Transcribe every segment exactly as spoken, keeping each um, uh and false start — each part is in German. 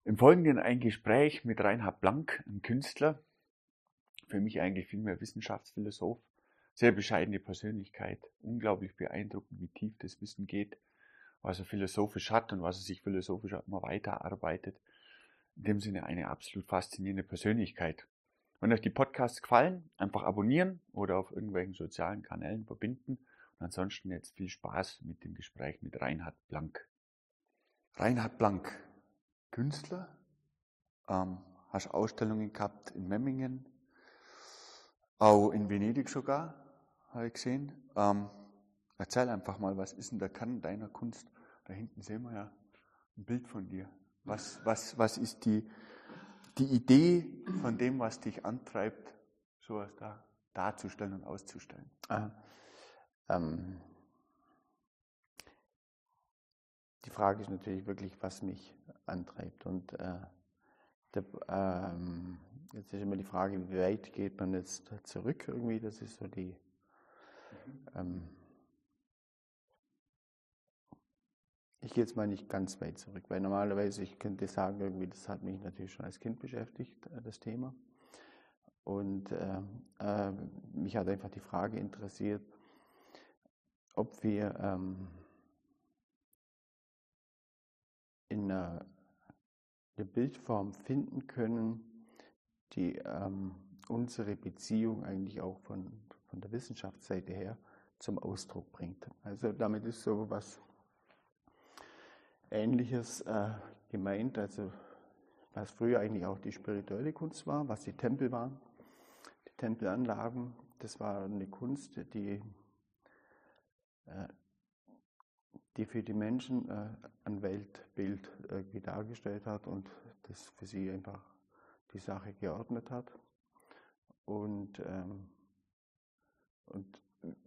Im Folgenden ein Gespräch mit Reinhard Blank, einem Künstler, für mich eigentlich vielmehr Wissenschaftsphilosoph, sehr bescheidene Persönlichkeit, unglaublich beeindruckend, wie tief das Wissen geht, was er philosophisch hat und was er sich philosophisch auch immer weiter erarbeitet. In dem Sinne eine absolut faszinierende Persönlichkeit. Wenn euch die Podcasts gefallen, einfach abonnieren oder auf irgendwelchen sozialen Kanälen verbinden. Und ansonsten jetzt viel Spaß mit dem Gespräch mit Reinhard Blank. Reinhard Blank, Künstler, ähm, hast Ausstellungen gehabt in Memmingen, auch in Venedig sogar, habe ich gesehen. Ähm, erzähl einfach mal, was ist denn der Kern deiner Kunst? Da hinten sehen wir ja ein Bild von dir. Was, was, was ist die, die Idee von dem, was dich antreibt, sowas da darzustellen und auszustellen? Ah, ähm, die Frage ist natürlich wirklich, was mich antreibt. Und äh, der, ähm, jetzt ist immer die Frage, wie weit geht man jetzt zurück irgendwie? Das ist so die. Ähm, ich gehe jetzt mal nicht ganz weit zurück, weil normalerweise, ich könnte sagen, irgendwie, das hat mich natürlich schon als Kind beschäftigt, äh, das Thema. Und äh, äh, mich hat einfach die Frage interessiert, ob wir ähm, in einer eine Bildform finden können, die ähm, unsere Beziehung eigentlich auch von, von der Wissenschaftsseite her zum Ausdruck bringt. Also damit ist so was Ähnliches äh, gemeint, also was früher eigentlich auch die spirituelle Kunst war, was die Tempel waren, die Tempelanlagen, das war eine Kunst, die, äh, die für die Menschen äh, ein Weltbild irgendwie dargestellt hat und das für sie einfach die Sache geordnet hat. Und, ähm, und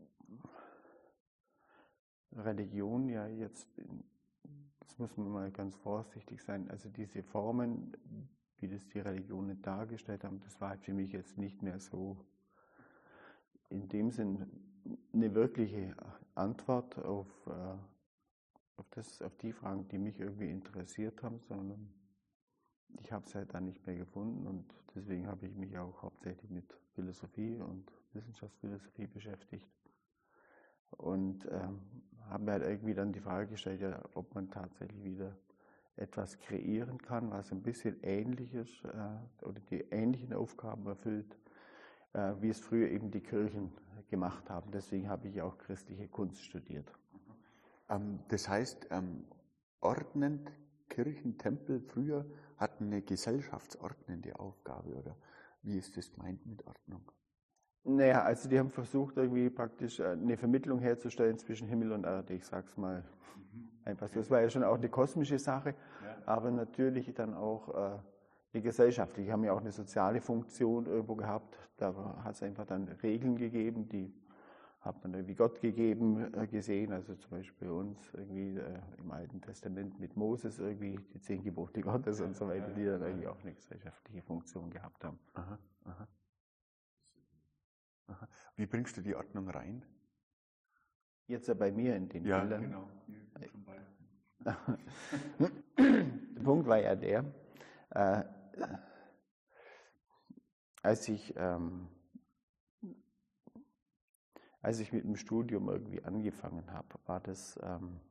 Religion ja jetzt, das muss man mal ganz vorsichtig sein, also diese Formen, wie das die Religionen dargestellt haben, das war für mich jetzt nicht mehr so in dem Sinn eine wirkliche Antwort auf, äh, auf, das, auf die Fragen, die mich irgendwie interessiert haben, sondern ich habe es halt dann nicht mehr gefunden und deswegen habe ich mich auch hauptsächlich mit Philosophie und Wissenschaftsphilosophie beschäftigt. Und ähm, haben mir halt irgendwie dann die Frage gestellt, ja, ob man tatsächlich wieder etwas kreieren kann, was ein bisschen ähnlich ist äh, oder die ähnlichen Aufgaben erfüllt, äh, wie es früher eben die Kirchen gemacht haben. Deswegen habe ich auch christliche Kunst studiert. Ähm, das heißt, ähm, ordnend Kirchen, Tempel früher hatten eine gesellschaftsordnende Aufgabe, oder wie ist das gemeint mit Ordnung? Naja, also die haben versucht, irgendwie praktisch eine Vermittlung herzustellen zwischen Himmel und Erde, ich sag's mal mhm. einfach so. Das war ja schon auch eine kosmische Sache, ja. Aber natürlich dann auch äh, eine gesellschaftliche. Die haben ja auch eine soziale Funktion irgendwo gehabt. Da hat es einfach dann Regeln gegeben, die hat man irgendwie Gott gegeben äh, gesehen. Also zum Beispiel bei uns irgendwie äh, im Alten Testament mit Moses irgendwie die zehn Gebote Gottes und so weiter, die dann irgendwie auch eine gesellschaftliche Funktion gehabt haben. Aha, aha. Aha. Wie bringst du die Ordnung rein? Jetzt ja bei mir in den ja, Bildern. Genau. Hier zum Beispiel. Der Punkt war ja der, äh, als ich ähm, als ich mit dem Studium irgendwie angefangen habe, war das, ähm,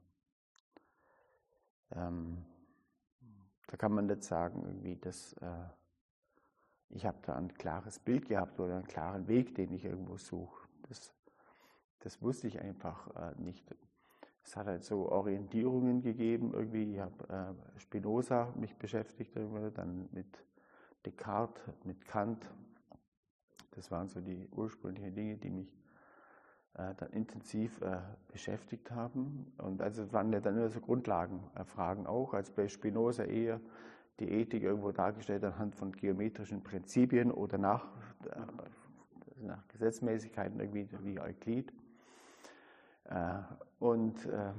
ähm, da kann man nicht sagen, irgendwie, dass äh, ich habe da ein klares Bild gehabt oder einen klaren Weg, den ich irgendwo suche. Das, das wusste ich einfach äh, nicht. Es hat halt so Orientierungen gegeben, irgendwie, ich habe äh, Spinoza mich beschäftigt, dann mit Descartes, mit Kant. Das waren so die ursprünglichen Dinge, die mich äh, dann intensiv äh, beschäftigt haben. Und also es waren ja dann immer so Grundlagenfragen auch, als bei Spinoza eher die Ethik irgendwo dargestellt anhand von geometrischen Prinzipien oder nach, äh, nach Gesetzmäßigkeiten irgendwie wie Euklid. Äh, und äh,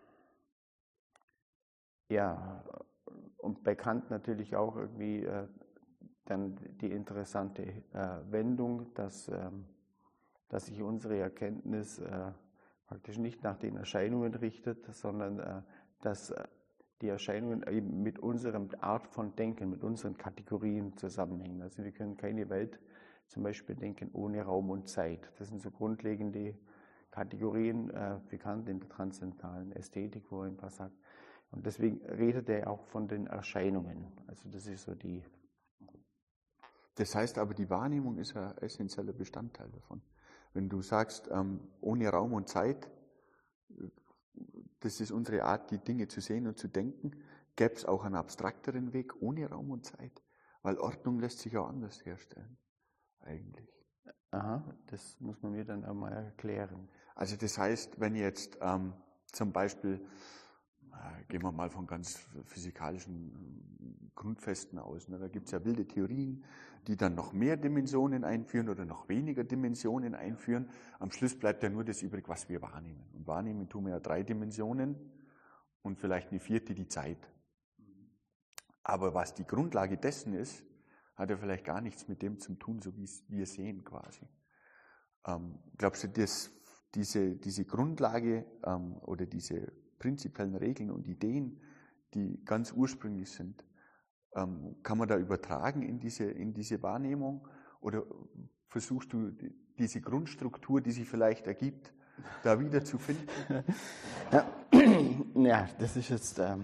ja, und bei Kant natürlich auch irgendwie äh, dann die interessante äh, Wendung, dass, ähm, dass sich unsere Erkenntnis äh, praktisch nicht nach den Erscheinungen richtet, sondern äh, dass äh, die Erscheinungen eben mit unserer Art von Denken, mit unseren Kategorien zusammenhängen. Also wir können keine Welt zum Beispiel denken ohne Raum und Zeit. Das sind so grundlegende Kategorien, äh, bekannt in der transzendentalen Ästhetik, wo er ein paar sagt. Und deswegen redet er auch von den Erscheinungen. Also das ist so die... Das heißt aber, die Wahrnehmung ist ein essentieller Bestandteil davon. Wenn du sagst, ähm, ohne Raum und Zeit, das ist unsere Art, die Dinge zu sehen und zu denken, gäbe es auch einen abstrakteren Weg ohne Raum und Zeit, weil Ordnung lässt sich auch anders herstellen, eigentlich. Aha, das muss man mir dann einmal erklären. Also das heißt, wenn jetzt ähm, zum Beispiel, äh, gehen wir mal von ganz physikalischen Grundfesten aus, ne, da gibt es ja wilde Theorien, die dann noch mehr Dimensionen einführen oder noch weniger Dimensionen einführen. Am Schluss bleibt ja nur das übrig, was wir wahrnehmen. Und wahrnehmen tun wir ja drei Dimensionen und vielleicht eine vierte, die Zeit. Aber was die Grundlage dessen ist, hat ja vielleicht gar nichts mit dem zu tun, so wie es wir sehen quasi. Ähm, glaubst du, dass diese, diese Grundlage ähm, oder diese prinzipiellen Regeln und Ideen, die ganz ursprünglich sind, ähm, kann man da übertragen in diese, in diese Wahrnehmung? Oder versuchst du die, diese Grundstruktur, die sich vielleicht ergibt, da wieder zu finden? Ja, ja, das ist jetzt ähm,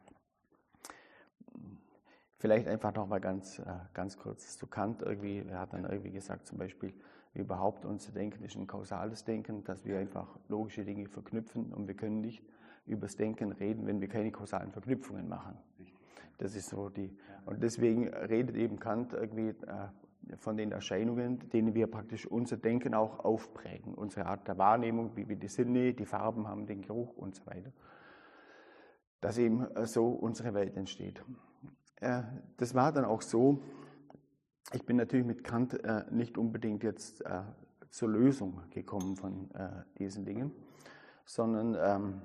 vielleicht einfach noch mal ganz, äh, ganz kurz zu Kant. Irgendwie, er hat dann irgendwie gesagt, zum Beispiel, überhaupt unser Denken ist ein kausales Denken, dass wir einfach logische Dinge verknüpfen und wir können nicht über das Denken reden, wenn wir keine kausalen Verknüpfungen machen. Das ist so die. Und deswegen redet eben Kant irgendwie äh, von den Erscheinungen, denen wir praktisch unser Denken auch aufprägen. Unsere Art der Wahrnehmung, wie wir die Sinne, die Farben haben, den Geruch und so weiter. Dass eben so unsere Welt entsteht. Äh, das war dann auch so. Ich bin natürlich mit Kant äh, nicht unbedingt jetzt äh, zur Lösung gekommen von äh, diesen Dingen, sondern ähm,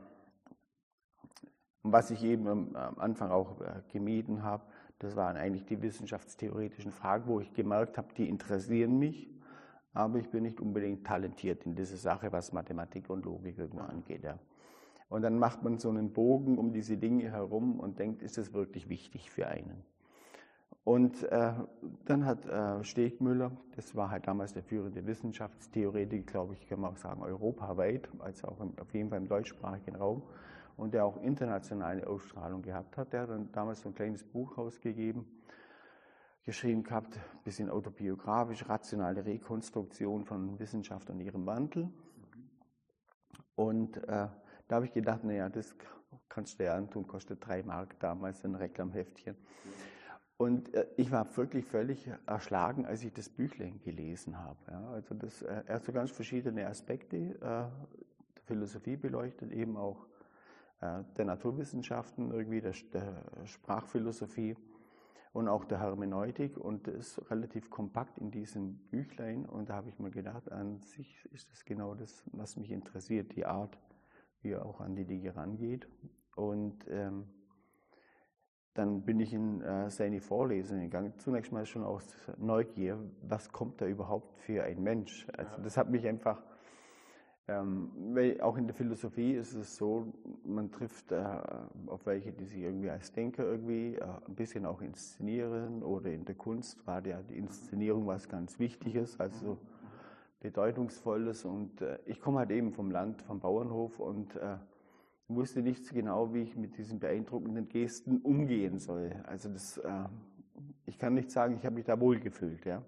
was ich eben am, am Anfang auch äh, gemieden habe, das waren eigentlich die wissenschaftstheoretischen Fragen, wo ich gemerkt habe, die interessieren mich, aber ich bin nicht unbedingt talentiert in dieser Sache, was Mathematik und Logik irgendwo angeht. Ja. Und dann macht man so einen Bogen um diese Dinge herum und denkt, ist das wirklich wichtig für einen? Und äh, dann hat äh, Stegmüller, das war halt damals der führende Wissenschaftstheoretiker, glaube ich, kann man auch sagen, europaweit, also auch im, auf jeden Fall im deutschsprachigen Raum, und der auch internationale Ausstrahlung gehabt hat. Der hat dann damals so ein kleines Buch rausgegeben, geschrieben gehabt, ein bisschen autobiografisch, rationale Rekonstruktion von Wissenschaft und ihrem Wandel. Und äh, da habe ich gedacht, naja, das kannst du ja antun, kostet drei Mark damals, ein Reklamheftchen. Und äh, ich war wirklich völlig erschlagen, als ich das Büchlein gelesen habe. Ja, also das, äh, er hat so ganz verschiedene Aspekte äh, der Philosophie beleuchtet, eben auch äh, der Naturwissenschaften, irgendwie der, der Sprachphilosophie und auch der Hermeneutik. Und das ist relativ kompakt in diesem Büchlein. Und da habe ich mir gedacht, an sich ist das genau das, was mich interessiert, die Art, wie er auch an die Dinge rangeht. Und ähm, dann bin ich in äh, seine Vorlesungen gegangen, zunächst mal schon aus Neugier, was kommt da überhaupt für ein Mensch? Also das hat mich einfach, ähm, weil auch in der Philosophie ist es so, man trifft äh, auf welche, die sich irgendwie als Denker irgendwie äh, ein bisschen auch inszenieren, oder in der Kunst war ja die Inszenierung was ganz Wichtiges, also Bedeutungsvolles, und äh, ich komme halt eben vom Land, vom Bauernhof, und äh, wusste nicht so genau, wie ich mit diesen beeindruckenden Gesten umgehen soll. Also das, äh, ich kann nicht sagen, ich habe mich da wohlgefühlt, ja.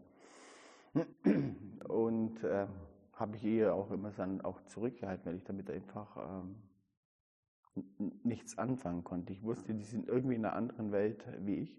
Und äh, habe ich eher auch immer dann auch zurückgehalten, weil ich damit einfach ähm, nichts anfangen konnte. Ich wusste, die sind irgendwie in einer anderen Welt wie ich.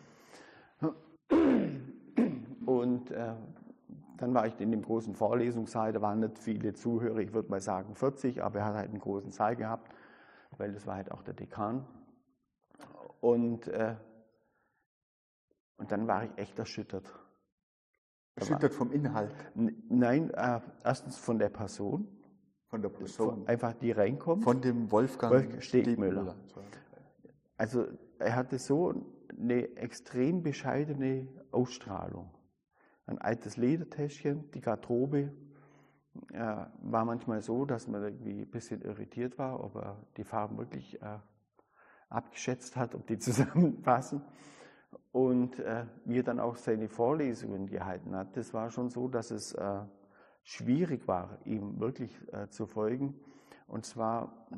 Und äh, dann war ich in dem großen Vorlesungssaal, da waren nicht viele Zuhörer, ich würde mal sagen vierzig, aber er hat halt einen großen Saal gehabt, weil das war halt auch der Dekan. Und, äh, und dann war ich echt erschüttert. Erschüttert vom Inhalt? N- Nein, äh, erstens von der Person. Von der Person? Von, einfach die reinkommt. Von dem Wolfgang Wolfgang Stegmüller. Stegmüller. Also er hatte so eine extrem bescheidene Ausstrahlung. Ein altes Ledertäschchen, die Garderobe äh, war manchmal so, dass man irgendwie ein bisschen irritiert war, ob er die Farben wirklich äh, abgeschätzt hat, ob die zusammenpassen. Und äh, wie er dann auch seine Vorlesungen gehalten hat, das war schon so, dass es äh, schwierig war, ihm wirklich äh, zu folgen. Und zwar,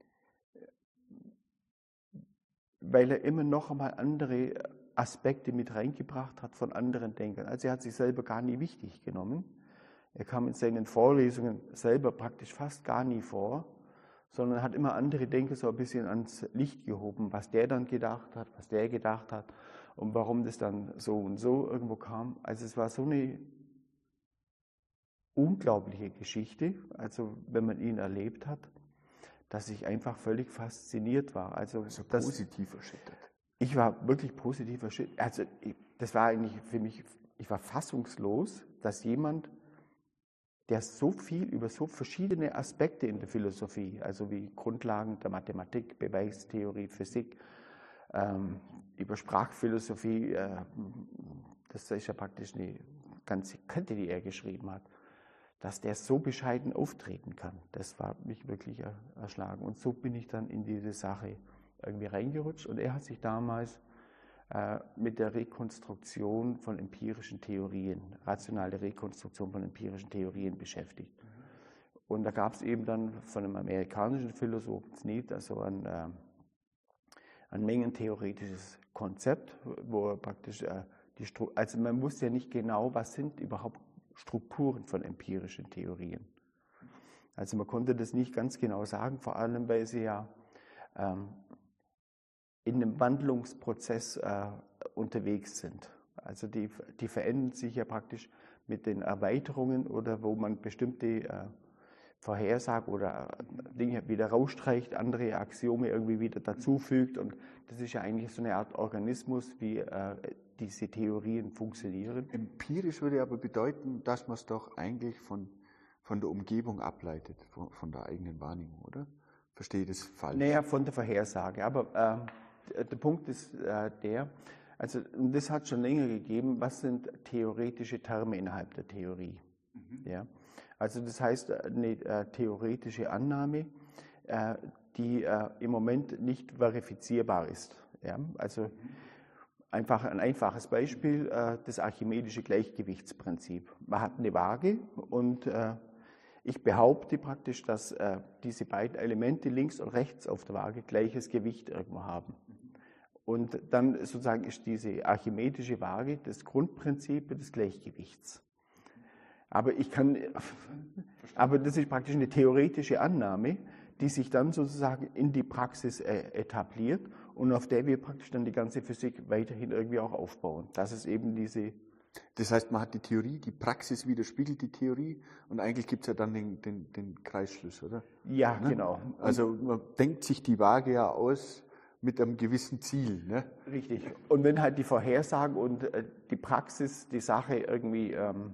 weil er immer noch einmal andere Aspekte mit reingebracht hat von anderen Denkern. Also er hat sich selber gar nie wichtig genommen. Er kam in seinen Vorlesungen selber praktisch fast gar nie vor, sondern hat immer andere Denker so ein bisschen ans Licht gehoben, was der dann gedacht hat, was der gedacht hat und warum das dann so und so irgendwo kam. Also es war so eine unglaubliche Geschichte, also wenn man ihn erlebt hat, dass ich einfach völlig fasziniert war. Also, also das, positiv erschüttert. Ich war wirklich positiv erschüttert. Also ich, das war eigentlich für mich, ich war fassungslos, dass jemand, der so viel über so verschiedene Aspekte in der Philosophie, also wie Grundlagen der Mathematik, Beweistheorie, Physik, ähm, über Sprachphilosophie, äh, das ist ja praktisch eine ganze Kette, die er geschrieben hat, dass der so bescheiden auftreten kann. Das war mich wirklich erschlagen. Und so bin ich dann in diese Sache irgendwie reingerutscht. Und er hat sich damals äh, mit der Rekonstruktion von empirischen Theorien, rationale Rekonstruktion von empirischen Theorien beschäftigt. Und da gab es eben dann von einem amerikanischen Philosophen Snead also ein, äh, ein mengentheoretisches Konzept, wo er praktisch äh, die Stru- also man wusste ja nicht genau, was sind überhaupt Strukturen von empirischen Theorien. Also man konnte das nicht ganz genau sagen, vor allem weil sie ja ähm, in einem Wandlungsprozess äh, unterwegs sind. Also die, die verändern sich ja praktisch mit den Erweiterungen oder wo man bestimmte äh, Vorhersagen oder Dinge wieder rausstreicht, andere Axiome irgendwie wieder dazufügt. Und das ist ja eigentlich so eine Art Organismus, wie äh, diese Theorien funktionieren. Empirisch würde aber bedeuten, dass man es doch eigentlich von, von der Umgebung ableitet, von, von der eigenen Wahrnehmung, oder? Verstehe ich das falsch? Naja, von der Vorhersage. Aber äh, der Punkt ist äh, der, also das hat schon länger gegeben, was sind theoretische Terme innerhalb der Theorie? Mhm. Ja? Also das heißt, eine äh, theoretische Annahme, äh, die äh, im Moment nicht verifizierbar ist. Ja? Also mhm. einfach ein einfaches Beispiel, äh, das archimedische Gleichgewichtsprinzip. Man hat eine Waage und äh, ich behaupte praktisch, dass äh, diese beiden Elemente links und rechts auf der Waage gleiches Gewicht irgendwo haben. Und dann sozusagen ist diese archimedische Waage das Grundprinzip des Gleichgewichts. Aber ich kann, aber das ist praktisch eine theoretische Annahme, die sich dann sozusagen in die Praxis äh, etabliert und auf der wir praktisch dann die ganze Physik weiterhin irgendwie auch aufbauen. Das ist eben diese. Das heißt, man hat die Theorie, die Praxis widerspiegelt die Theorie und eigentlich gibt es ja dann den, den, den Kreisschluss, oder? Ja, ne? Genau. Also man denkt sich die Waage ja aus mit einem gewissen Ziel. Ne? Richtig. Und wenn halt die Vorhersagen und äh, die Praxis die Sache irgendwie ähm,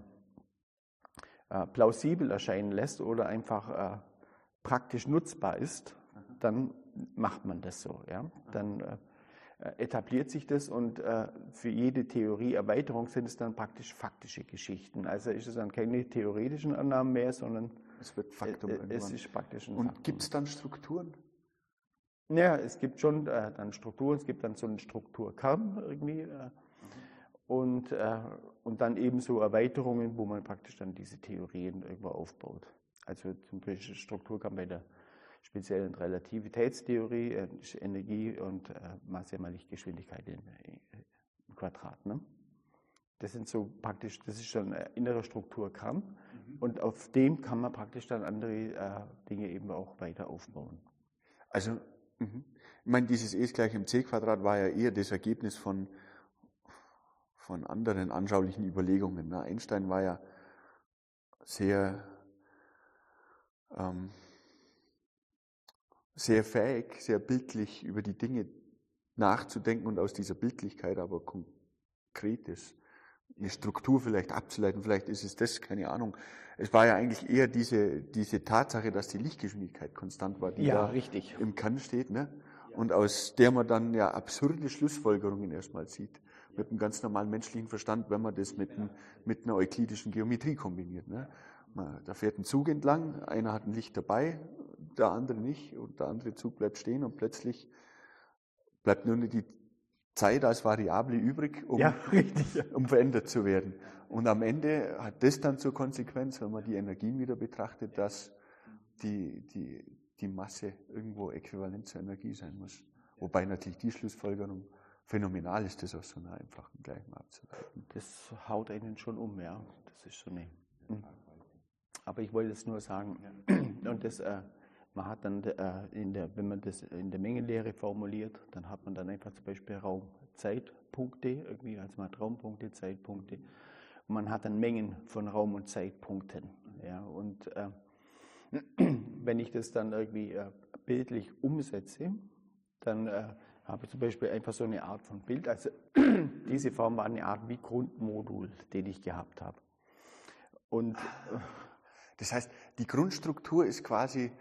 äh, plausibel erscheinen lässt oder einfach äh, praktisch nutzbar ist, dann macht man das so. Ja? Dann äh, etabliert sich das und äh, für jede Theorieerweiterung sind es dann praktisch faktische Geschichten. Also ist es dann keine theoretischen Annahmen mehr, sondern es wird Faktum äh, irgendwann. Es ist praktisch ein Und Faktum. gibt es dann Strukturen? Ja, es gibt schon äh, dann Strukturen, es gibt dann so einen Strukturkern irgendwie äh, und, äh, und dann eben so Erweiterungen, wo man praktisch dann diese Theorien irgendwo aufbaut. Also zum Beispiel Strukturkern bei der speziellen Relativitätstheorie, äh, Energie und äh, Masse mal Lichtgeschwindigkeit in, im Quadrat. Ne? Das sind so praktisch, das ist schon ein innerer Strukturkern mhm. und auf dem kann man praktisch dann andere äh, Dinge eben auch weiter aufbauen. Also mhm. ich meine, dieses E ist gleich im c Quadrat war ja eher das Ergebnis von, von anderen anschaulichen Überlegungen. Ne? Einstein war ja sehr ähm, sehr fähig, sehr bildlich über die Dinge nachzudenken und aus dieser Bildlichkeit aber konkretes eine Struktur vielleicht abzuleiten. Vielleicht ist es das, keine Ahnung. Es war ja eigentlich eher diese, diese Tatsache, dass die Lichtgeschwindigkeit konstant war, die ja, da richtig. im Kern steht, ne? Und aus der man dann ja absurde Schlussfolgerungen erstmal sieht, mit einem ganz normalen menschlichen Verstand, wenn man das mit, ein, mit einer euklidischen Geometrie kombiniert. Ne? Man, da fährt ein Zug entlang, einer hat ein Licht dabei, der andere nicht und der andere Zug bleibt stehen und plötzlich bleibt nur noch die Zeit als Variable übrig, um, Ja, richtig. Ja. um verändert zu werden. Und am Ende hat das dann zur Konsequenz, wenn man die Energien wieder betrachtet, dass die, die, die Masse irgendwo äquivalent zur Energie sein muss. Wobei natürlich die Schlussfolgerung phänomenal ist, das aus so einer einfachen Gleichung abzuleiten. Das haut einen schon um, ja. Das ist schon eine. Aber ich wollte es nur sagen, und das, äh, man hat dann, äh, in der, wenn man das in der Mengenlehre formuliert, dann hat man dann einfach zum Beispiel Raum-Zeitpunkte, irgendwie, also man hat Raumpunkte, Zeitpunkte, und man hat dann Mengen von Raum- und Zeitpunkten. Ja, und äh, wenn ich das dann irgendwie äh, bildlich umsetze, dann äh, habe ich zum Beispiel einfach so eine Art von Bild. Also diese Form war eine Art wie Grundmodul, den ich gehabt habe. Und äh, das heißt, die Grundstruktur ist quasi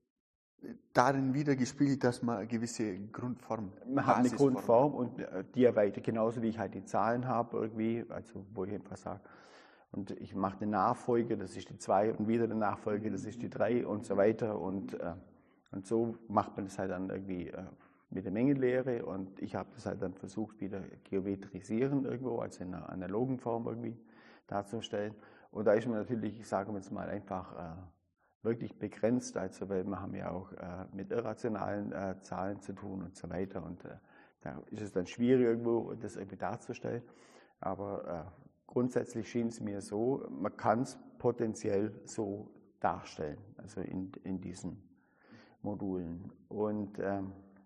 darin wiedergespiegelt, dass man eine gewisse Grundform hat. Man hat eine Grundform und die erweitert, genauso wie ich halt die Zahlen habe irgendwie, also wo ich einfach sage, und ich mache eine Nachfolge, das ist die zwei und wieder eine Nachfolge, das ist die drei und so weiter und, äh, und so macht man das halt dann irgendwie äh, mit der Mengenlehre und ich habe das halt dann versucht wieder geometrisieren irgendwo, also in einer analogen Form irgendwie darzustellen und da ist man natürlich, ich sage jetzt mal einfach, äh, wirklich begrenzt, also weil wir haben ja auch äh, mit irrationalen äh, Zahlen zu tun und so weiter und äh, da ist es dann schwierig irgendwo das irgendwie darzustellen, aber äh, grundsätzlich schien es mir so, man kann es potenziell so darstellen, also in, in diesen Modulen und ähm,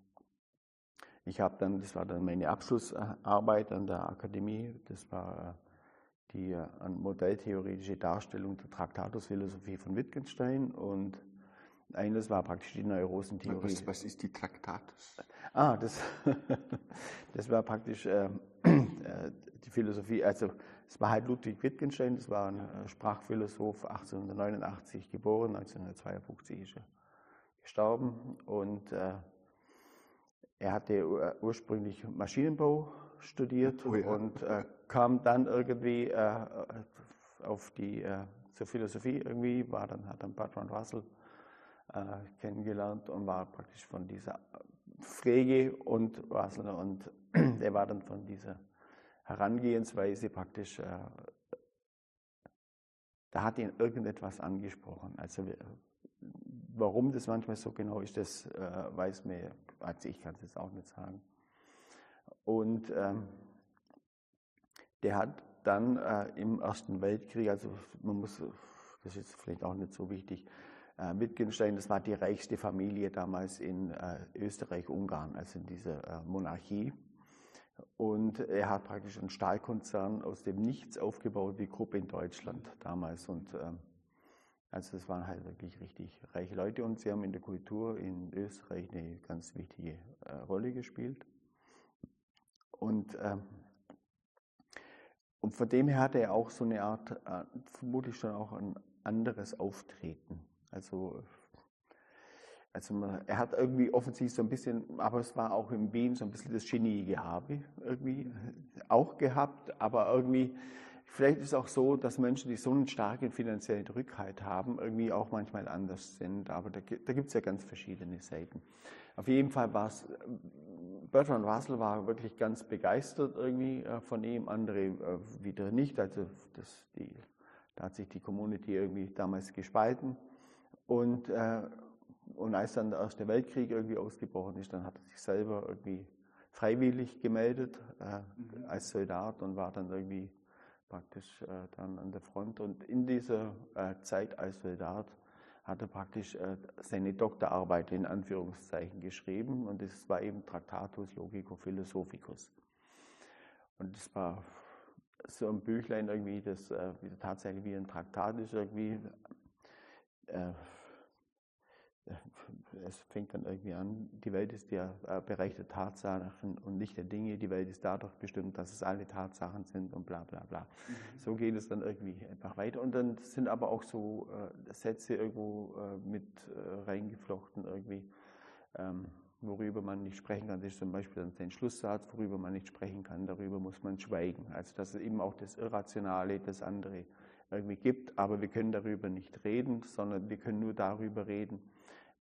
ich habe dann, das war dann meine Abschlussarbeit an der Akademie, das war äh, die äh, modelltheoretische Darstellung der Traktatus-Philosophie von Wittgenstein und eines war praktisch die Neurosentheorie. Was, was ist die Traktatus? Ah, das, das war praktisch äh, äh, die Philosophie, also es war halt Ludwig Wittgenstein, das war ein äh, Sprachphilosoph, achtzehnhundertneunundachtzig geboren, neunzehnhundertzweiundfünfzig ist er gestorben und äh, er hatte ursprünglich Maschinenbau studiert oh ja. und äh, kam dann irgendwie äh, auf die, äh, zur Philosophie irgendwie, war dann, hat dann Bertrand Russell äh, kennengelernt und war praktisch von dieser Frege und Russell und er war dann von dieser Herangehensweise praktisch, äh, da hat ihn irgendetwas angesprochen. Also warum das manchmal so genau ist, das äh, weiß mir, also ich kann es jetzt auch nicht sagen. Und ähm, der hat dann äh, im Ersten Weltkrieg, also man muss, das ist jetzt vielleicht auch nicht so wichtig, äh, Wittgenstein, das war die reichste Familie damals in äh, Österreich-Ungarn, also in dieser äh, Monarchie. Und er hat praktisch einen Stahlkonzern aus dem Nichts aufgebaut, wie Krupp in Deutschland damals. Und äh, also das waren halt wirklich richtig reiche Leute und sie haben in der Kultur in Österreich eine ganz wichtige äh, Rolle gespielt. Und, äh, und von dem her hatte er auch so eine Art, äh, vermutlich schon auch ein anderes Auftreten. Also, also man, er hat irgendwie offensichtlich so ein bisschen, aber es war auch in Wien so ein bisschen das Genie-Gehabe irgendwie auch gehabt, aber irgendwie, vielleicht ist es auch so, dass Menschen, die so einen starken finanziellen Rückhalt haben, irgendwie auch manchmal anders sind, aber da, da gibt es ja ganz verschiedene Seiten. Auf jeden Fall war es, Bertrand Russell war wirklich ganz begeistert irgendwie äh, von ihm, andere äh, wieder nicht, also das, die, da hat sich die Community irgendwie damals gespalten und, äh, und als dann der Erste Weltkrieg irgendwie ausgebrochen ist, dann hat er sich selber irgendwie freiwillig gemeldet äh, mhm. als Soldat und war dann irgendwie praktisch äh, dann an der Front und in dieser äh, Zeit als Soldat hat er praktisch äh, seine Doktorarbeit in Anführungszeichen geschrieben und das war eben Tractatus Logico Philosophicus. Und das war so ein Büchlein irgendwie, das äh, tatsächlich wie ein Traktat ist irgendwie. Äh, Es fängt dann irgendwie an, die Welt ist der Bereich der Tatsachen und nicht der Dinge, die Welt ist dadurch bestimmt, dass es alle Tatsachen sind und bla bla bla. Mhm. So geht es dann irgendwie einfach weiter und dann sind aber auch so äh, Sätze irgendwo äh, mit äh, reingeflochten irgendwie, ähm, worüber man nicht sprechen kann. Das ist zum Beispiel dann den Schlusssatz, worüber man nicht sprechen kann, darüber muss man schweigen. Also dass es eben auch das Irrationale, das andere irgendwie gibt, aber wir können darüber nicht reden, sondern wir können nur darüber reden,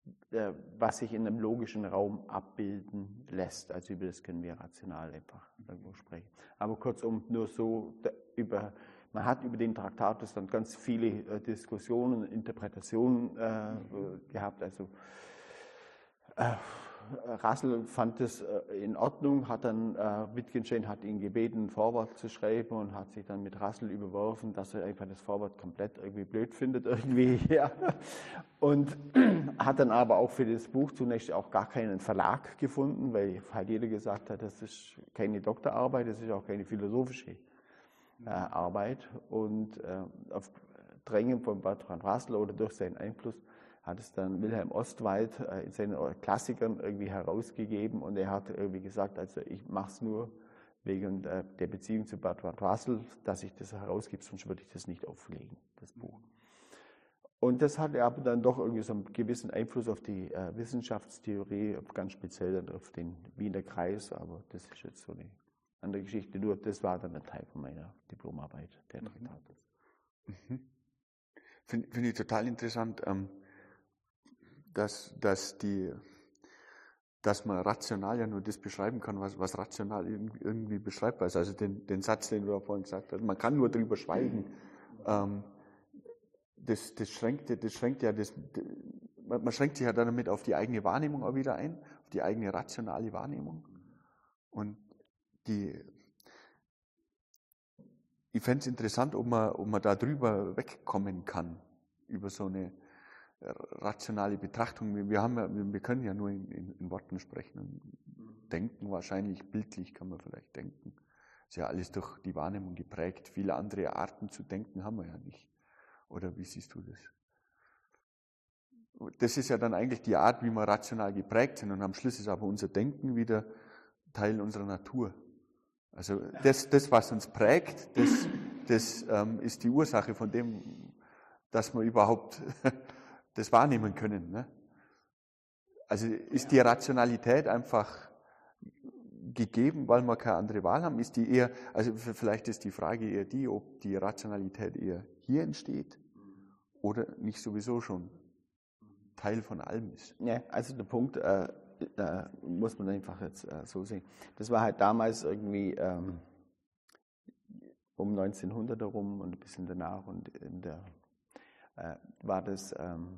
äh, was sich in einem logischen Raum abbilden lässt. Also über das können wir rational einfach irgendwo sprechen. Aber kurzum, nur so über, man hat über den Traktatus dann ganz viele äh, Diskussionen, Interpretationen äh, gehabt. Also äh, Russell fand es äh, in Ordnung, hat dann, äh, Wittgenstein hat ihn gebeten, ein Vorwort zu schreiben und hat sich dann mit Russell überworfen, dass er einfach das Vorwort komplett irgendwie blöd findet irgendwie, ja. Und hat dann aber auch für das Buch zunächst auch gar keinen Verlag gefunden, weil halt jeder gesagt hat, das ist keine Doktorarbeit, das ist auch keine philosophische äh, Arbeit. Und äh, auf Drängen von Bertrand Russell oder durch seinen Einfluss hat es dann Wilhelm Ostwald äh, in seinen Klassikern irgendwie herausgegeben und er hat irgendwie gesagt, also ich mache es nur wegen äh, der Beziehung zu Bertrand Russell, dass ich das herausgebe, sonst würde ich das nicht auflegen, das Buch. Und das hatte aber dann doch irgendwie so einen gewissen Einfluss auf die äh, Wissenschaftstheorie, ganz speziell dann auf den Wiener Kreis, aber das ist jetzt so eine andere Geschichte. Nur das war dann ein Teil von meiner Diplomarbeit, der Traktatus. Mhm. Finde find ich total interessant, ähm, dass, dass, die, dass man rational ja nur das beschreiben kann, was, was rational irgendwie, irgendwie beschreibbar ist. Also den, den Satz, den du vorhin gesagt hast, man kann nur drüber schweigen. Ähm, Das, das, schränkt, das schränkt ja, das, man, man schränkt sich ja damit auf die eigene Wahrnehmung auch wieder ein, auf die eigene rationale Wahrnehmung. Und die, ich fände es interessant, ob man, ob man da drüber wegkommen kann, über so eine rationale Betrachtung. Wir, haben ja, wir können ja nur in, in, in Worten sprechen und denken, wahrscheinlich bildlich kann man vielleicht denken. Ist ja alles durch die Wahrnehmung geprägt. Viele andere Arten zu denken haben wir ja nicht. Oder wie siehst du das? Das ist ja dann eigentlich die Art, wie wir rational geprägt sind. Und am Schluss ist aber unser Denken wieder Teil unserer Natur. Also das, das was uns prägt, das, das ähm, ist die Ursache von dem, dass wir überhaupt das wahrnehmen können. Ne? Also ist die Rationalität einfach gegeben, weil wir keine andere Wahl haben? Ist die eher, also vielleicht ist die Frage eher die, ob die Rationalität eher hier entsteht oder nicht sowieso schon Teil von allem ist. Ja, also der Punkt äh, äh, muss man einfach jetzt äh, so sehen. Das war halt damals irgendwie ähm, um neunzehnhundert herum und ein bisschen danach und in der, äh, war das ähm,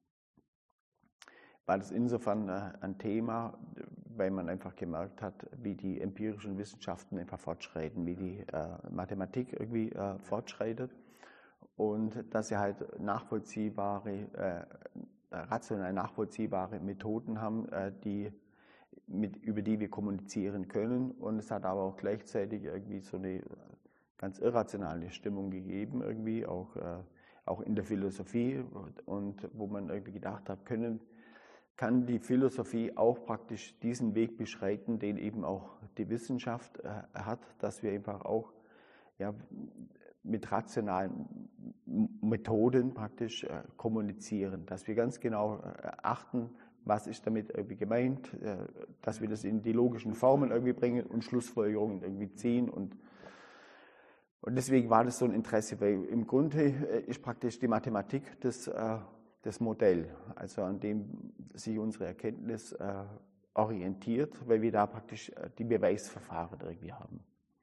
war das insofern äh, ein Thema, weil man einfach gemerkt hat, wie die empirischen Wissenschaften einfach fortschreiten, wie die äh, Mathematik irgendwie äh, fortschreitet und dass sie halt nachvollziehbare, äh, rational nachvollziehbare Methoden haben, äh, die, mit, über die wir kommunizieren können. Und es hat aber auch gleichzeitig irgendwie so eine ganz irrationale Stimmung gegeben, irgendwie auch, äh, auch in der Philosophie und wo man irgendwie gedacht hat, können kann die Philosophie auch praktisch diesen Weg beschreiten, den eben auch die Wissenschaft äh, hat, dass wir einfach auch ja, mit rationalen Methoden praktisch äh, kommunizieren, dass wir ganz genau äh, achten, was ist damit irgendwie gemeint, äh, dass wir das in die logischen Formen irgendwie bringen und Schlussfolgerungen irgendwie ziehen und und deswegen war das so ein Interesse, weil im Grunde ist praktisch die Mathematik das äh, das Modell, also an dem sich unsere Erkenntnis äh, orientiert, weil wir da praktisch äh, die Beweisverfahren irgendwie haben.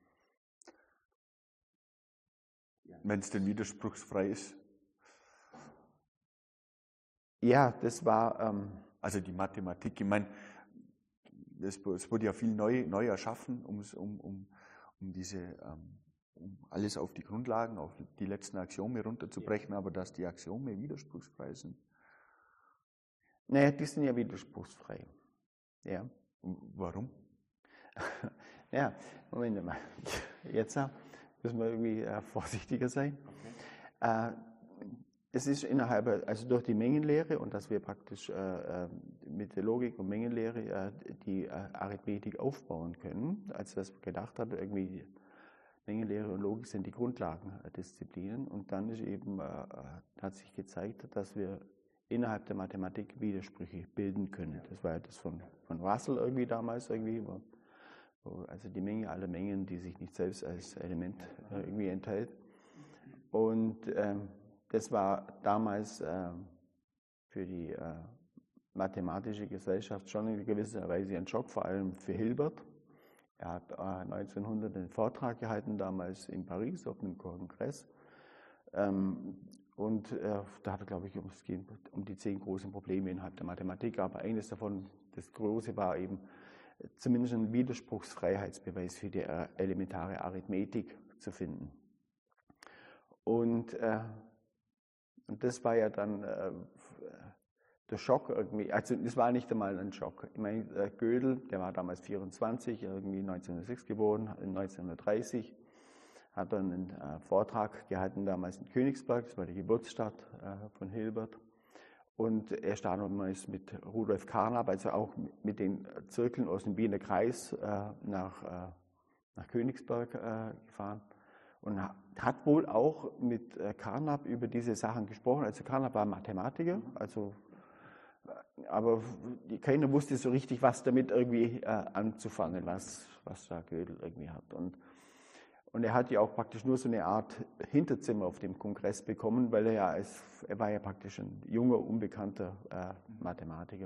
Wenn es denn widerspruchsfrei ist? Ja, das war... Ähm, also die Mathematik, ich meine, es, es wurde ja viel neu, neu erschaffen, um, um, um, um diese... Ähm, um alles auf die Grundlagen, auf die letzten Axiome runterzubrechen, ja. Aber dass die Axiome widerspruchsfrei sind. Naja, die sind ja widerspruchsfrei. Ja. Warum? Ja, Moment mal. Jetzt müssen wir irgendwie äh, vorsichtiger sein. Okay. Äh, es ist innerhalb, also durch die Mengenlehre und dass wir praktisch äh, mit der Logik und Mengenlehre äh, die äh, Arithmetik aufbauen können, als das gedacht hat, irgendwie Mengenlehre und Logik sind die Grundlagendisziplinen und dann ist eben, äh, hat sich gezeigt, dass wir innerhalb der Mathematik Widersprüche bilden können. Das war ja das von, von Russell irgendwie damals irgendwie, wo, wo also die Menge aller Mengen, die sich nicht selbst als Element äh, irgendwie enthält. Und ähm, das war damals äh, für die äh, mathematische Gesellschaft schon in gewisser Weise ein Schock, vor allem für Hilbert. Er hat äh, neunzehnhundert einen Vortrag gehalten, damals in Paris auf einem Kongress. Ähm, und äh, da hat er, glaube ich, um, es geht um die zehn großen Probleme innerhalb der Mathematik. Aber eines davon, das Große, war eben zumindest ein Widerspruchsfreiheitsbeweis für die äh, elementare Arithmetik zu finden. Und, äh, und das war ja dann äh, der Schock irgendwie, also das war nicht einmal ein Schock. Ich meine, äh, Gödel, der war damals vierundzwanzig, irgendwie neunzehnhundertsechs geboren, neunzehnhundertdreißig, hat dann einen äh, Vortrag gehalten, damals in Königsberg, das war die Geburtsstadt äh, von Hilbert. Und er damals mit Rudolf Carnap, also auch mit den Zirkeln aus dem Wiener Kreis, äh, nach, äh, nach Königsberg äh, gefahren. Und hat wohl auch mit äh, Carnap über diese Sachen gesprochen. Also Carnap war Mathematiker, also, aber keiner wusste so richtig, was damit irgendwie äh, anzufangen, was, was da Gödel irgendwie hat. Und Und er hat ja auch praktisch nur so eine Art Hinterzimmer auf dem Kongress bekommen, weil er ja als, er war ja praktisch ein junger, unbekannter äh, Mathematiker.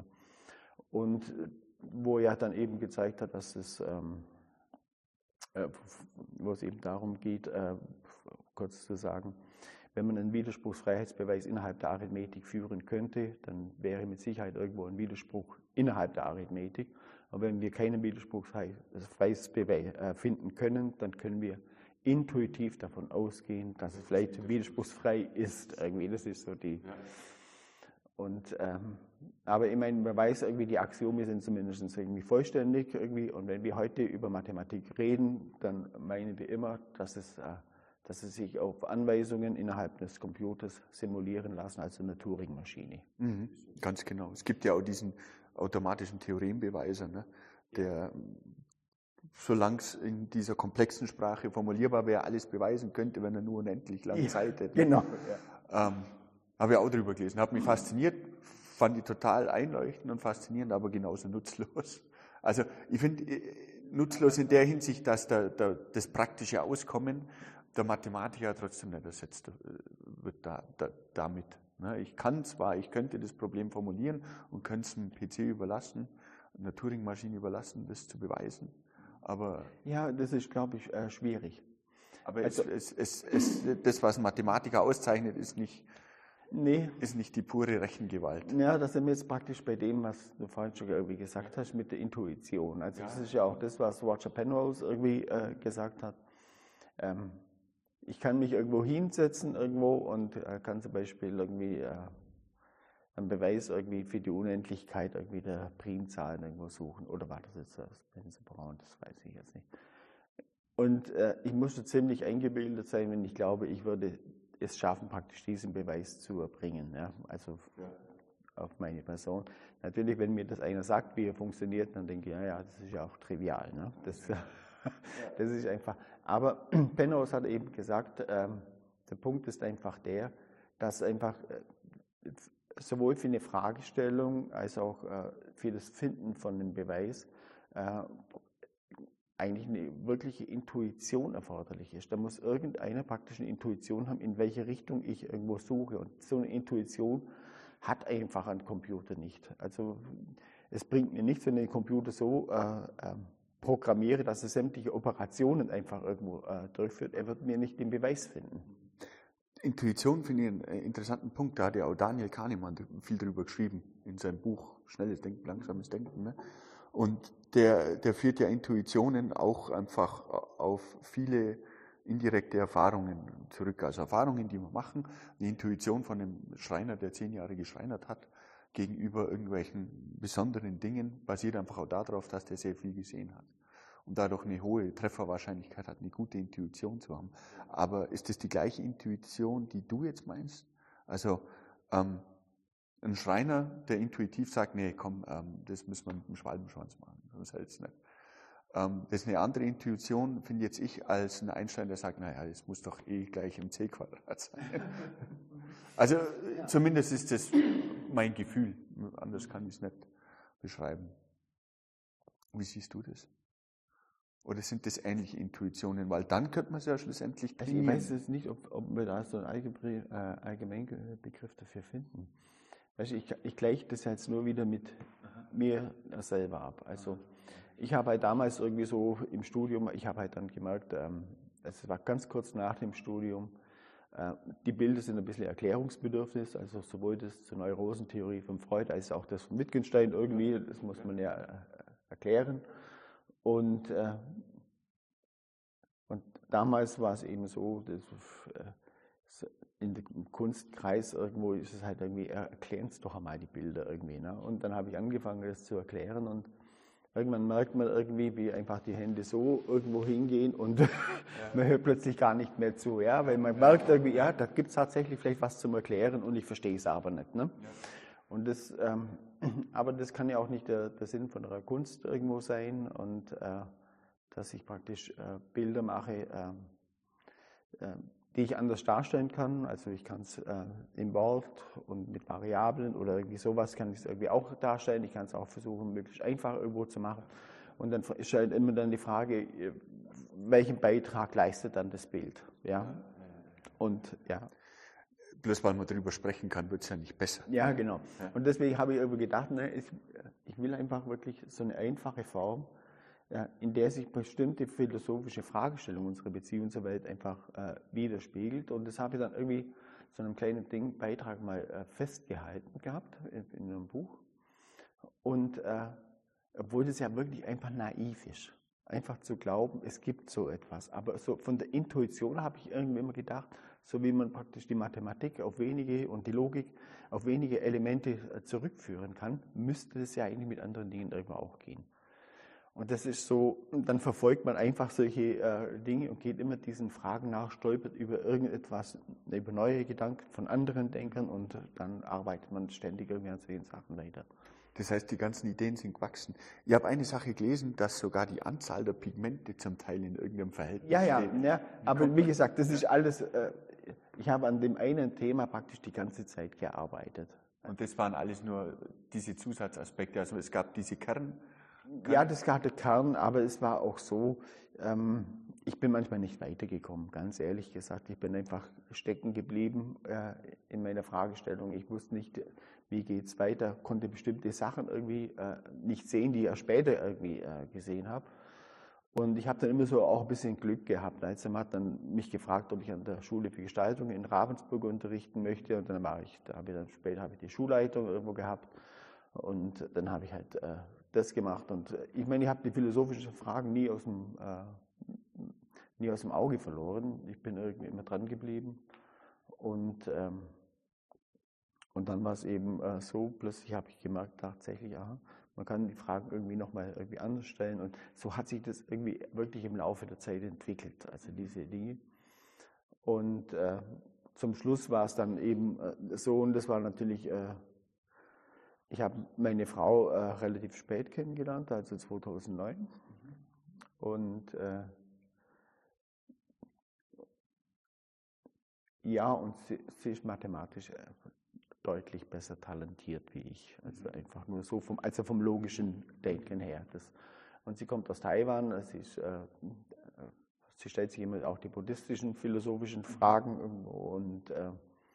Und wo er dann eben gezeigt hat, dass es, ähm, äh, wo es eben darum geht, äh, kurz zu sagen, wenn man einen Widerspruchsfreiheitsbeweis innerhalb der Arithmetik führen könnte, dann wäre mit Sicherheit irgendwo ein Widerspruch innerhalb der Arithmetik. Aber wenn wir keinen Widerspruchsfreiheitsbeweis finden können, dann können wir intuitiv davon ausgehen, dass es vielleicht widerspruchsfrei ist. Irgendwie, das ist so die. Ja. Und, ähm, aber ich meine, man weiß irgendwie, die Axiome sind zumindest irgendwie vollständig irgendwie. Und wenn wir heute über Mathematik reden, dann meinen wir immer, dass es, äh, dass es sich auf Anweisungen innerhalb des Computers simulieren lassen, also eine Turing-Maschine. Mhm, ganz genau. Es gibt ja auch diesen automatischen Theorembeweisen, ne, der, solange es in dieser komplexen Sprache formulierbar wäre, alles beweisen könnte, wenn er nur unendlich lange ja, Zeit hätte. Genau. Ja. Ähm, habe ich auch drüber gelesen. Hat mich fasziniert, fand ich total einleuchtend und faszinierend, aber genauso nutzlos. Also ich finde nutzlos in der Hinsicht, dass der, der, das praktische Auskommen der Mathematiker trotzdem nicht ersetzt wird da, da, damit. Ich kann zwar, ich könnte das Problem formulieren und könnte es einem P C überlassen, einer Turing-Maschine überlassen, das zu beweisen, aber... Ja, das ist, glaube ich, äh, schwierig. Aber also, es, es, es, es, das, was Mathematiker auszeichnet, ist nicht, nee. ist nicht die pure Rechengewalt. Ja, das sind wir jetzt praktisch bei dem, was du vorhin schon irgendwie gesagt hast, mit der Intuition. Also ja. Das ist ja auch das, was Roger Penrose irgendwie äh, gesagt hat. Ähm, Ich kann mich irgendwo hinsetzen irgendwo und äh, kann zum Beispiel irgendwie äh, einen Beweis irgendwie für die Unendlichkeit irgendwie der Primzahlen irgendwo suchen. Oder war das jetzt das Spencer Brown? Das weiß ich jetzt nicht. Und äh, ich musste ziemlich eingebildet sein, wenn ich glaube, ich würde es schaffen, praktisch diesen Beweis zu erbringen. Ja? Also ja. Auf meine Person. Natürlich, wenn mir das einer sagt, wie er funktioniert, dann denke ich, ja, ja, das ist ja auch trivial. Ne? Das, das ist einfach. Aber Penrose hat eben gesagt, ähm, der Punkt ist einfach der, dass einfach äh, sowohl für eine Fragestellung als auch äh, für das Finden von einem Beweis äh, eigentlich eine wirkliche Intuition erforderlich ist. Da muss irgendeiner praktisch eine Intuition haben, in welche Richtung ich irgendwo suche. Und so eine Intuition hat einfach ein Computer nicht. Also es bringt mir nichts, wenn der Computer so äh, äh, programmiere, dass er sämtliche Operationen einfach irgendwo äh, durchführt. Er wird mir nicht den Beweis finden. Intuition finde ich einen interessanten Punkt. Da hat ja auch Daniel Kahnemann viel drüber geschrieben in seinem Buch Schnelles Denken, Langsames Denken. Ne? Und der, der führt ja Intuitionen auch einfach auf viele indirekte Erfahrungen zurück. Also Erfahrungen, die wir machen. Die Intuition von einem Schreiner, der zehn Jahre geschreinert hat, gegenüber irgendwelchen besonderen Dingen, basiert einfach auch darauf, dass der sehr viel gesehen hat und dadurch eine hohe Trefferwahrscheinlichkeit hat, eine gute Intuition zu haben. Aber ist das die gleiche Intuition, die du jetzt meinst? Also ähm, ein Schreiner, der intuitiv sagt, nee, komm, ähm, das müssen wir mit dem Schwalbenschwanz machen, das hält's nicht. Ähm, das ist eine andere Intuition, finde jetzt ich, als ein Einstein, der sagt, naja, das muss doch eh gleich im c Quadrat sein. Also ja. Zumindest ist das mein Gefühl, anders kann ich es nicht beschreiben. Wie siehst du das? Oder sind das ähnliche Intuitionen? Weil dann könnte man es ja schlussendlich trainieren. Also ich weiß jetzt nicht, ob, ob wir da so einen Allgemein, äh, Allgemeinbegriff dafür finden. Weißt du, ich, ich gleiche das jetzt nur wieder mit Aha. mir selber ab. Also ich habe halt damals irgendwie so im Studium, ich habe halt dann gemerkt, ähm, es war ganz kurz nach dem Studium, äh, die Bilder sind ein bisschen erklärungsbedürftig, also sowohl das zur Neurosentheorie von Freud als auch das von Wittgenstein irgendwie, das muss man ja äh, erklären. Und, äh, und damals war es eben so, dass, äh, in dem Kunstkreis irgendwo ist es halt irgendwie, erklären es doch einmal die Bilder irgendwie. Ne? Und dann habe ich angefangen, das zu erklären und irgendwann merkt man irgendwie, wie einfach die Hände so irgendwo hingehen und ja. man hört plötzlich gar nicht mehr zu, ja, weil man merkt irgendwie, ja, da gibt es tatsächlich vielleicht was zum Erklären und ich verstehe es aber nicht. Ne? Ja. Und das, ähm, aber das kann ja auch nicht der, der Sinn von der Kunst irgendwo sein und äh, dass ich praktisch äh, Bilder mache, äh, äh, die ich anders darstellen kann. Also ich kann es äh, im Wort und mit Variablen oder irgendwie sowas kann ich es irgendwie auch darstellen. Ich kann es auch versuchen, möglichst einfach irgendwo zu machen. Und dann ist halt immer dann die Frage, welchen Beitrag leistet dann das Bild? Ja. Und ja. Bloß weil man darüber sprechen kann, wird es ja nicht besser. Ja, genau. Und deswegen habe ich irgendwie gedacht, ne, ich, ich will einfach wirklich so eine einfache Form, ja, in der sich bestimmte philosophische Fragestellungen unserer Beziehung zur Welt einfach äh, widerspiegelt. Und das habe ich dann irgendwie so einem kleinen Ding, Beitrag mal äh, festgehalten gehabt in, in einem Buch. Und äh, obwohl das ja wirklich einfach naiv ist, einfach zu glauben, es gibt so etwas. Aber so von der Intuition habe ich irgendwie immer gedacht, so wie man praktisch die Mathematik auf wenige und die Logik auf wenige Elemente äh, zurückführen kann, müsste es ja eigentlich mit anderen Dingen irgendwo auch gehen. Und das ist so, und dann verfolgt man einfach solche äh, Dinge und geht immer diesen Fragen nach, stolpert über irgendetwas, über neue Gedanken von anderen Denkern und dann arbeitet man ständig irgendwie an solchen Sachen weiter. Das heißt, die ganzen Ideen sind gewachsen. Ich habe eine Sache gelesen, dass sogar die Anzahl der Pigmente zum Teil in irgendeinem Verhältnis ja, ja, steht. Ja, aber wie gesagt, das ist alles, äh, ich habe an dem einen Thema praktisch die ganze Zeit gearbeitet. Und das waren alles nur diese Zusatzaspekte, also es gab diese Kern... Ja, das gab der Kern, aber es war auch so, ähm, ich bin manchmal nicht weitergekommen, ganz ehrlich gesagt. Ich bin einfach stecken geblieben äh, in meiner Fragestellung. Ich wusste nicht, wie geht es weiter, konnte bestimmte Sachen irgendwie äh, nicht sehen, die ich erst später irgendwie äh, gesehen habe. Und ich habe dann immer so auch ein bisschen Glück gehabt. Also man hat dann mich gefragt, ob ich an der Schule für Gestaltung in Ravensburg unterrichten möchte. Und dann war ich, da habe ich dann später habe ich die Schulleitung irgendwo gehabt. Und dann habe ich halt äh, das gemacht. Und ich meine, ich habe die philosophischen Fragen nie aus dem, äh, nie aus dem Auge verloren. Ich bin irgendwie immer dran geblieben. Und, ähm, und dann war es eben äh, so, plötzlich habe ich gemerkt, tatsächlich, aha, man kann die Fragen irgendwie nochmal irgendwie anders stellen. Und so hat sich das irgendwie wirklich im Laufe der Zeit entwickelt, also diese Dinge. Und äh, zum Schluss war es dann eben äh, so, und das war natürlich... Äh, Ich habe meine Frau äh, relativ spät kennengelernt, also zweitausendneun. Mhm. Und äh, ja, und sie, sie ist mathematisch äh, deutlich besser talentiert wie ich. Also mhm. einfach nur so vom, also vom logischen Denken her. Das, und sie kommt aus Taiwan. Sie, ist, äh, sie stellt sich immer auch die buddhistischen, philosophischen Fragen irgendwo und äh,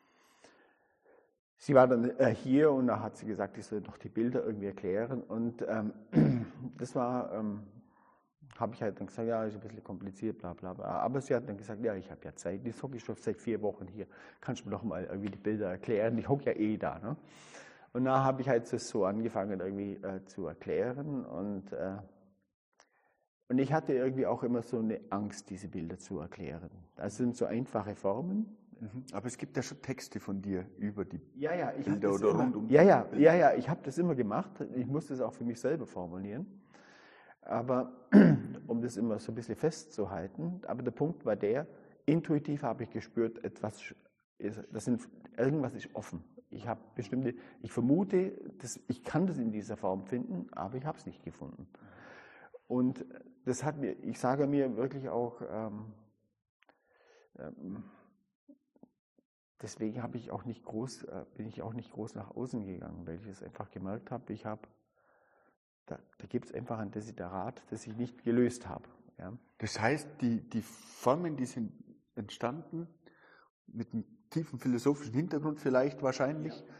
sie war dann äh, hier und da hat sie gesagt, ich soll doch die Bilder irgendwie erklären. Und ähm, das war, ähm, habe ich halt dann gesagt, ja, ist ein bisschen kompliziert, bla bla bla. Aber sie hat dann gesagt, ja, ich habe ja Zeit, jetzt hocke ich schon seit vier Wochen hier, kannst du mir doch mal irgendwie die Bilder erklären, ich hocke ja eh da. Ne? Und da habe ich halt das so angefangen irgendwie äh, zu erklären. Und, äh, und ich hatte irgendwie auch immer so eine Angst, diese Bilder zu erklären. Das sind so einfache Formen. Aber es gibt ja schon Texte von dir über die ja, ja, ich Bilder oder immer, rund um ja, ja, ja, ja, ich habe das immer gemacht. Ich musste es auch für mich selber formulieren. Aber um das immer so ein bisschen festzuhalten. Aber der Punkt war der, intuitiv habe ich gespürt, etwas ist, das sind, irgendwas ist offen. Ich habe bestimmte, ich vermute, dass, ich kann das in dieser Form finden, aber ich habe es nicht gefunden. Und das hat mir, ich sage mir wirklich auch, ähm, ähm, deswegen habe ich auch nicht groß, bin ich auch nicht groß nach außen gegangen, weil ich es einfach gemerkt habe, ich habe, da, da gibt es einfach ein Desiderat, das ich nicht gelöst habe. Ja. Das heißt, die, die Formen, die sind entstanden mit einem tiefen philosophischen Hintergrund vielleicht wahrscheinlich.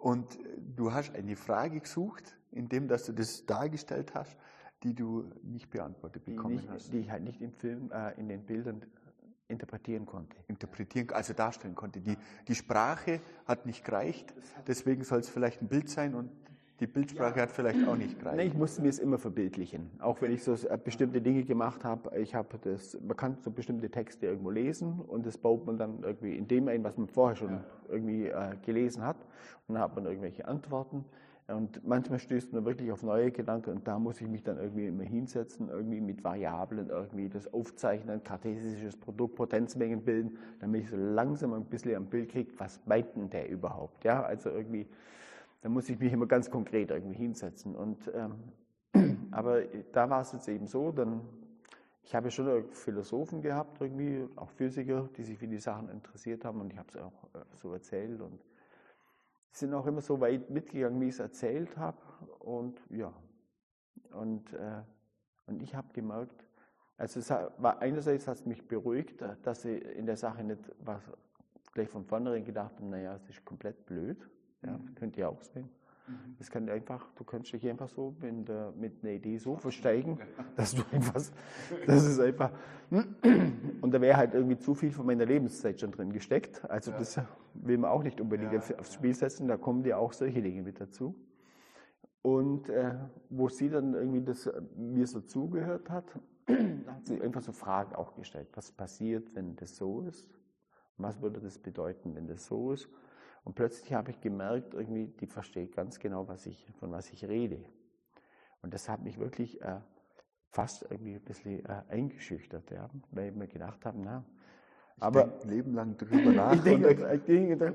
Und du hast eine Frage gesucht, indem dass du das dargestellt hast, die du nicht beantwortet bekommen die nicht, hast. Die ich halt nicht im Film, äh, in den Bildern interpretieren konnte. Interpretieren, also darstellen konnte. Die, die Sprache hat nicht gereicht, deswegen soll es vielleicht ein Bild sein und die Bildsprache ja. hat vielleicht auch nicht gereicht. Nee, ich musste mir es immer verbildlichen. Auch wenn ich so bestimmte Dinge gemacht habe. Ich habe das, man kann so bestimmte Texte irgendwo lesen und das baut man dann irgendwie in dem ein, was man vorher schon ja. irgendwie äh, gelesen hat. Und dann hat man irgendwelche Antworten. Und manchmal stößt man wirklich auf neue Gedanken und da muss ich mich dann irgendwie immer hinsetzen, irgendwie mit Variablen irgendwie das aufzeichnen, kartesisches Produkt, Potenzmengen bilden, damit ich so langsam ein bisschen am Bild kriege, was meint denn der überhaupt? Ja, also irgendwie, da muss ich mich immer ganz konkret irgendwie hinsetzen. Und, ähm, aber da war es jetzt eben so, dann, ich habe schon Philosophen gehabt, irgendwie, auch Physiker, die sich für die Sachen interessiert haben und ich habe es auch äh, so erzählt und sind auch immer so weit mitgegangen, wie ich es erzählt habe. Und ja, und, äh, und ich habe gemerkt, also es war einerseits hat es mich beruhigt, dass sie in der Sache nicht was gleich von vornherein gedacht haben, naja, es ist komplett blöd. Ja, das könnt ihr auch sehen. Das kann einfach, du kannst dich einfach so mit, der, mit einer Idee so versteigen, dass du einfach, das ist einfach, und da wäre halt irgendwie zu viel von meiner Lebenszeit schon drin gesteckt. Also das will man auch nicht unbedingt ja. aufs Spiel setzen, da kommen ja auch solche Dinge mit dazu. Und äh, wo sie dann irgendwie das mir so zugehört hat, hat sie einfach so Fragen auch gestellt. Was passiert, wenn das so ist? Was würde das bedeuten, wenn das so ist? Und plötzlich habe ich gemerkt, irgendwie, die versteht ganz genau, was ich, von was ich rede. Und das hat mich wirklich äh, fast irgendwie ein bisschen äh, eingeschüchtert, ja, weil ich mir gedacht habe, na, ich aber denke ein Leben lang drüber nach. ich denke, ich denke,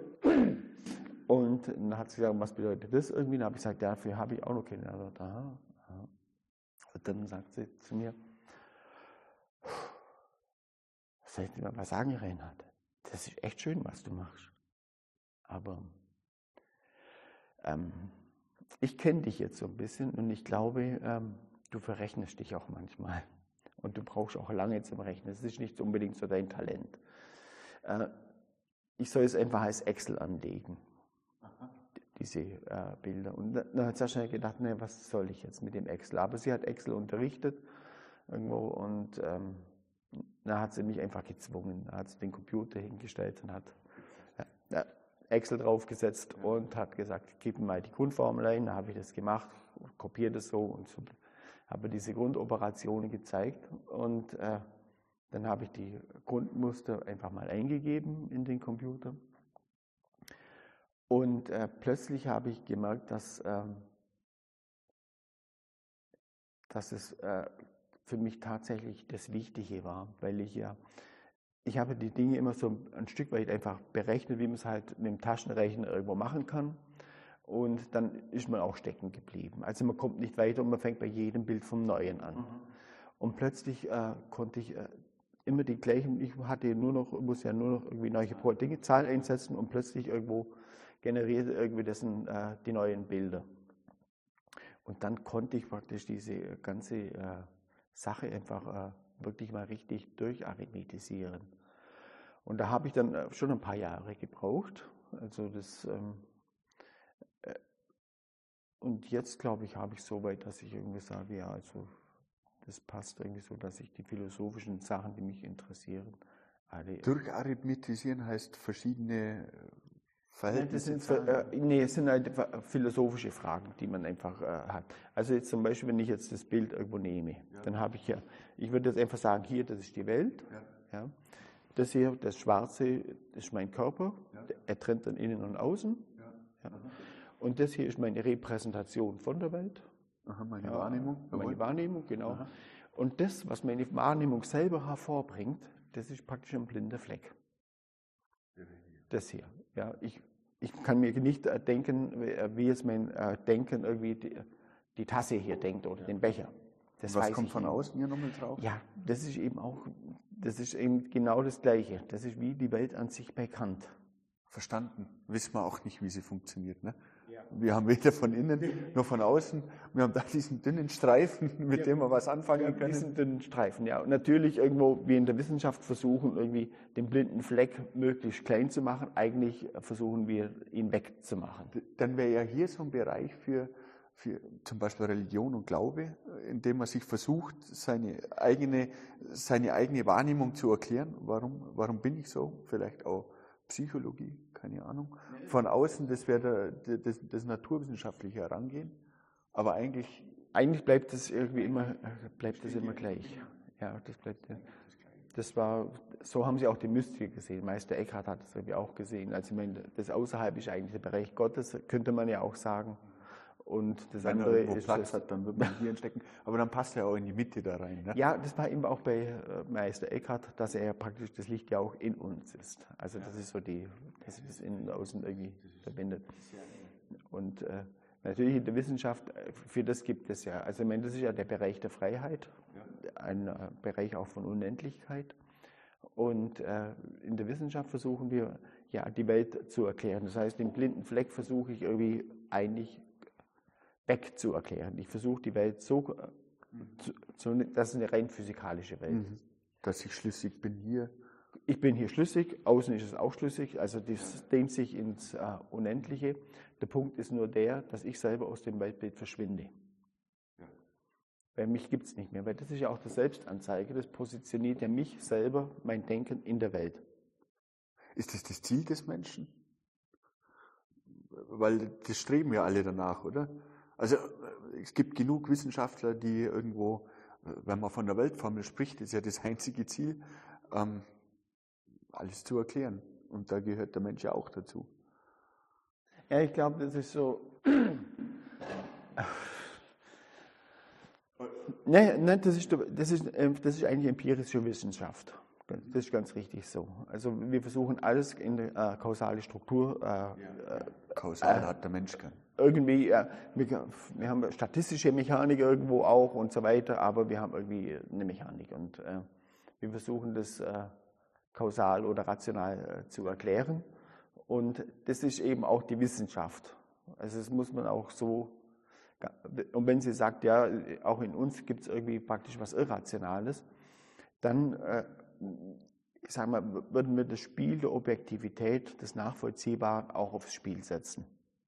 und dann hat sie gesagt, was bedeutet das irgendwie? Dann habe ich gesagt, dafür habe ich auch noch keine Antwort. Aha, aha. Und dann sagt sie zu mir, soll ich dir mal was sagen, Reinhard? Das ist echt schön, was du machst. Aber ähm, ich kenne dich jetzt so ein bisschen und ich glaube, ähm, du verrechnest dich auch manchmal. Und du brauchst auch lange zum Rechnen. Das ist nicht unbedingt so dein Talent. Äh, ich soll es einfach als Excel anlegen, Aha. diese äh, Bilder. Und dann hat Sascha gedacht, ne, was soll ich jetzt mit dem Excel? Aber sie hat Excel unterrichtet irgendwo und ähm, da hat sie mich einfach gezwungen. Da hat sie den Computer hingestellt und hat ja, Excel draufgesetzt ja. und hat gesagt, gib mir mal die Grundformel ein. Da habe ich das gemacht, kopiere das so und so. Habe diese Grundoperationen gezeigt und äh, dann habe ich die Grundmuster einfach mal eingegeben in den Computer. Und äh, plötzlich habe ich gemerkt, dass, äh, dass es äh, für mich tatsächlich das Wichtige war, weil ich ja, ich habe die Dinge immer so ein Stück weit einfach berechnet, wie man es halt mit dem Taschenrechner irgendwo machen kann. Und dann ist man auch stecken geblieben. Also man kommt nicht weiter und man fängt bei jedem Bild vom Neuen an. Mhm. Und plötzlich äh, konnte ich äh, immer die gleichen, ich hatte nur noch, muss ja nur noch irgendwie neue Dinge, Zahlen einsetzen und plötzlich irgendwo generierte irgendwie dessen, äh, die neuen Bilder. Und dann konnte ich praktisch diese ganze äh, Sache einfach äh, wirklich mal richtig durcharithmetisieren. Und da habe ich dann äh, schon ein paar Jahre gebraucht. Also das ähm, äh, und jetzt glaube ich, habe ich so weit, dass ich irgendwie sage, ja, also das passt irgendwie so, dass ich die philosophischen Sachen, die mich interessieren, alle... Durcharithmetisieren heißt verschiedene Verhältnisse? Nein, das sind, äh, nee, es sind halt philosophische Fragen, die man einfach äh, hat. Also jetzt zum Beispiel, wenn ich jetzt das Bild irgendwo nehme, ja. dann habe ich ja, ich würde jetzt einfach sagen, hier, das ist die Welt. Ja. Ja. Das hier, das Schwarze, das ist mein Körper. Ja. Er trennt dann innen und außen. Ja. Ja. Und das hier ist meine Repräsentation von der Welt. Aha, meine ja, Wahrnehmung. Meine Jawohl. Wahrnehmung, genau. Aha. Und das, was meine Wahrnehmung selber hervorbringt, das ist praktisch ein blinder Fleck. Das hier. Ja, ich, ich kann mir nicht denken, wie es mein Denken irgendwie die, die Tasse hier denkt oder den Becher. Das was kommt von außen hier nochmal drauf? Ja, das ist eben auch, das ist eben genau das Gleiche. Das ist wie die Welt an sich bei Kant. Verstanden. Wissen wir auch nicht, wie sie funktioniert, ne? Ja. wir haben weder von innen noch von außen. Wir haben da diesen dünnen Streifen, mit ja, dem wir was anfangen ja, können. Diesen dünnen Streifen, ja. Und natürlich irgendwo, wir in der Wissenschaft versuchen, irgendwie den blinden Fleck möglichst klein zu machen. Eigentlich versuchen wir, ihn wegzumachen. Dann wäre ja hier so ein Bereich für, für zum Beispiel Religion und Glaube, in dem man sich versucht, seine eigene, seine eigene Wahrnehmung zu erklären. Warum, warum bin ich so? Vielleicht auch Psychologie, keine Ahnung. Von außen, das wäre der, das, das naturwissenschaftliche Herangehen. Aber eigentlich... Eigentlich bleibt es irgendwie immer, bleibt es immer gleich. Ja, das bleibt, das war, so haben sie auch die Mystiker gesehen. Meister Eckhart hat das irgendwie auch gesehen. Also ich meine, das Außerhalb ist eigentlich der Bereich Gottes, könnte man ja auch sagen. Und das Wenn andere er ist Platz hat, dann wird man hier entstecken. Aber dann passt er auch in die Mitte da rein. Ne? Ja, das war eben auch bei Meister Eckhart, dass er ja praktisch das Licht ja auch in uns ist. Also das ist so die, dass das Innen und Außen irgendwie verbindet. Und äh, natürlich in der Wissenschaft, für das gibt es ja, also ich meine, das ist ja der Bereich der Freiheit, ein äh, Bereich auch von Unendlichkeit. Und äh, in der Wissenschaft versuchen wir ja die Welt zu erklären. Das heißt, den blinden Fleck versuche ich irgendwie eigentlich wegzuerklären. Ich versuche die Welt so, zu, zu, das ist eine rein physikalische Welt. Mhm. Dass ich schlüssig bin hier. Ich bin hier schlüssig, außen ist es auch schlüssig, also das dehnt sich ins äh, Unendliche. Der Punkt ist nur der, dass ich selber aus dem Weltbild verschwinde. Ja. Weil mich gibt es nicht mehr, weil das ist ja auch das Selbstanzeige, das positioniert ja mich selber, mein Denken in der Welt. Ist das das Ziel des Menschen? Weil das streben ja alle danach, oder? Also es gibt genug Wissenschaftler, die irgendwo, wenn man von der Weltformel spricht, ist ja das einzige Ziel, ähm, alles zu erklären. Und da gehört der Mensch ja auch dazu. Ja, ich glaube, das ist so... Nein, nein das, ist, das, ist, das ist eigentlich empirische Wissenschaft. Das ist ganz richtig so. Also wir versuchen alles in der äh, kausale Struktur... Äh, ja. Kausal äh, hat der Mensch gern. Irgendwie, äh, wir, wir haben statistische Mechanik irgendwo auch und so weiter, aber wir haben irgendwie eine Mechanik und äh, wir versuchen das äh, kausal oder rational äh, zu erklären. Und das ist eben auch die Wissenschaft. Also das muss man auch so, und wenn sie sagt, ja, auch in uns gibt es irgendwie praktisch was Irrationales, dann, äh, ich sag mal, würden wir das Spiel der Objektivität, des Nachvollziehbaren auch aufs Spiel setzen.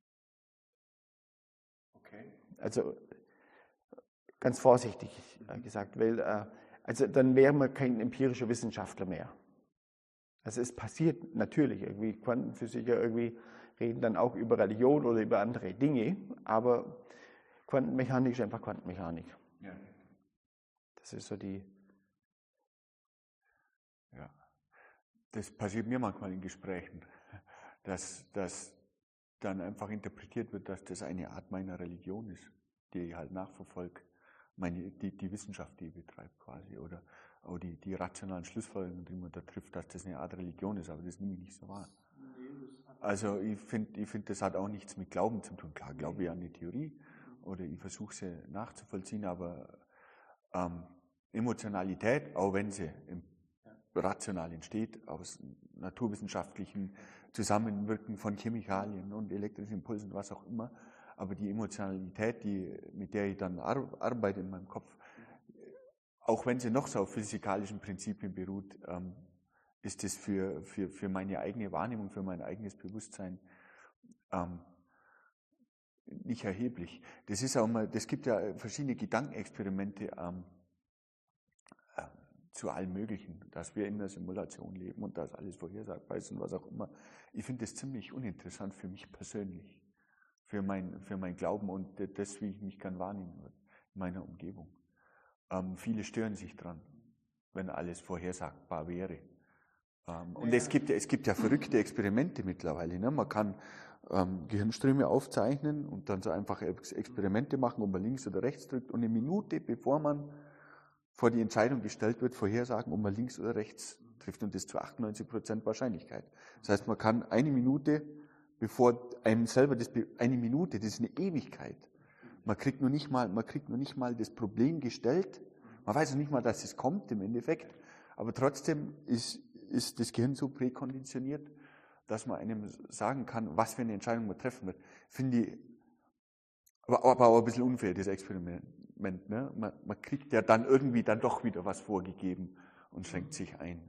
Okay. Also ganz vorsichtig gesagt, weil äh, also dann wären wir kein empirischer Wissenschaftler mehr. Also es passiert natürlich irgendwie, Quantenphysiker irgendwie reden dann auch über Religion oder über andere Dinge, aber Quantenmechanik ist einfach Quantenmechanik. Ja. Das ist so die... Ja, das passiert mir manchmal in Gesprächen, dass, dass dann einfach interpretiert wird, dass das eine Art meiner Religion ist, die ich halt nachverfolge, meine, die, die Wissenschaft, die ich betreibe quasi, oder auch die, die rationalen Schlussfolgerungen, die man da trifft, dass das eine Art Religion ist, aber das nehme ich nicht so wahr. Also ich finde, ich find, das hat auch nichts mit Glauben zu tun. Klar, glaube ich an die Theorie oder ich versuche sie nachzuvollziehen, aber ähm, Emotionalität, auch wenn sie im rational entsteht, aus naturwissenschaftlichen Zusammenwirken von Chemikalien und elektrischen Impulsen, was auch immer. Aber die Emotionalität, die, mit der ich dann ar- arbeite in meinem Kopf, auch wenn sie noch so auf physikalischen Prinzipien beruht, ähm, ist es für, für, für meine eigene Wahrnehmung, für mein eigenes Bewusstsein ähm, nicht erheblich. Das ist auch mal, das gibt ja verschiedene Gedankenexperimente ähm, äh, zu allem Möglichen, dass wir in einer Simulation leben und dass alles vorhersagbar ist und was auch immer. Ich finde das ziemlich uninteressant für mich persönlich, für mein, für mein Glauben und das, wie ich mich kann wahrnehmen in meiner Umgebung. Ähm, viele stören sich dran, wenn alles vorhersagbar wäre. Ähm, und ja. es gibt, es gibt ja verrückte Experimente mittlerweile. Ne? Man kann ähm, Gehirnströme aufzeichnen und dann so einfach Experimente machen, ob man links oder rechts drückt und eine Minute, bevor man vor die Entscheidung gestellt wird, vorhersagen, ob man links oder rechts trifft und das zu achtundneunzig Prozent Wahrscheinlichkeit. Das heißt, man kann eine Minute, bevor einem selber das, eine Minute, das ist eine Ewigkeit. Man kriegt nur nicht mal, man kriegt nur nicht mal das Problem gestellt. Man weiß noch nicht mal, dass es kommt im Endeffekt. Aber trotzdem ist, ist das Gehirn so präkonditioniert, dass man einem sagen kann, was für eine Entscheidung man treffen wird, finde ich aber, aber auch ein bisschen unfair, das Experiment. Ne? Man, man kriegt ja dann irgendwie dann doch wieder was vorgegeben und schränkt sich ein.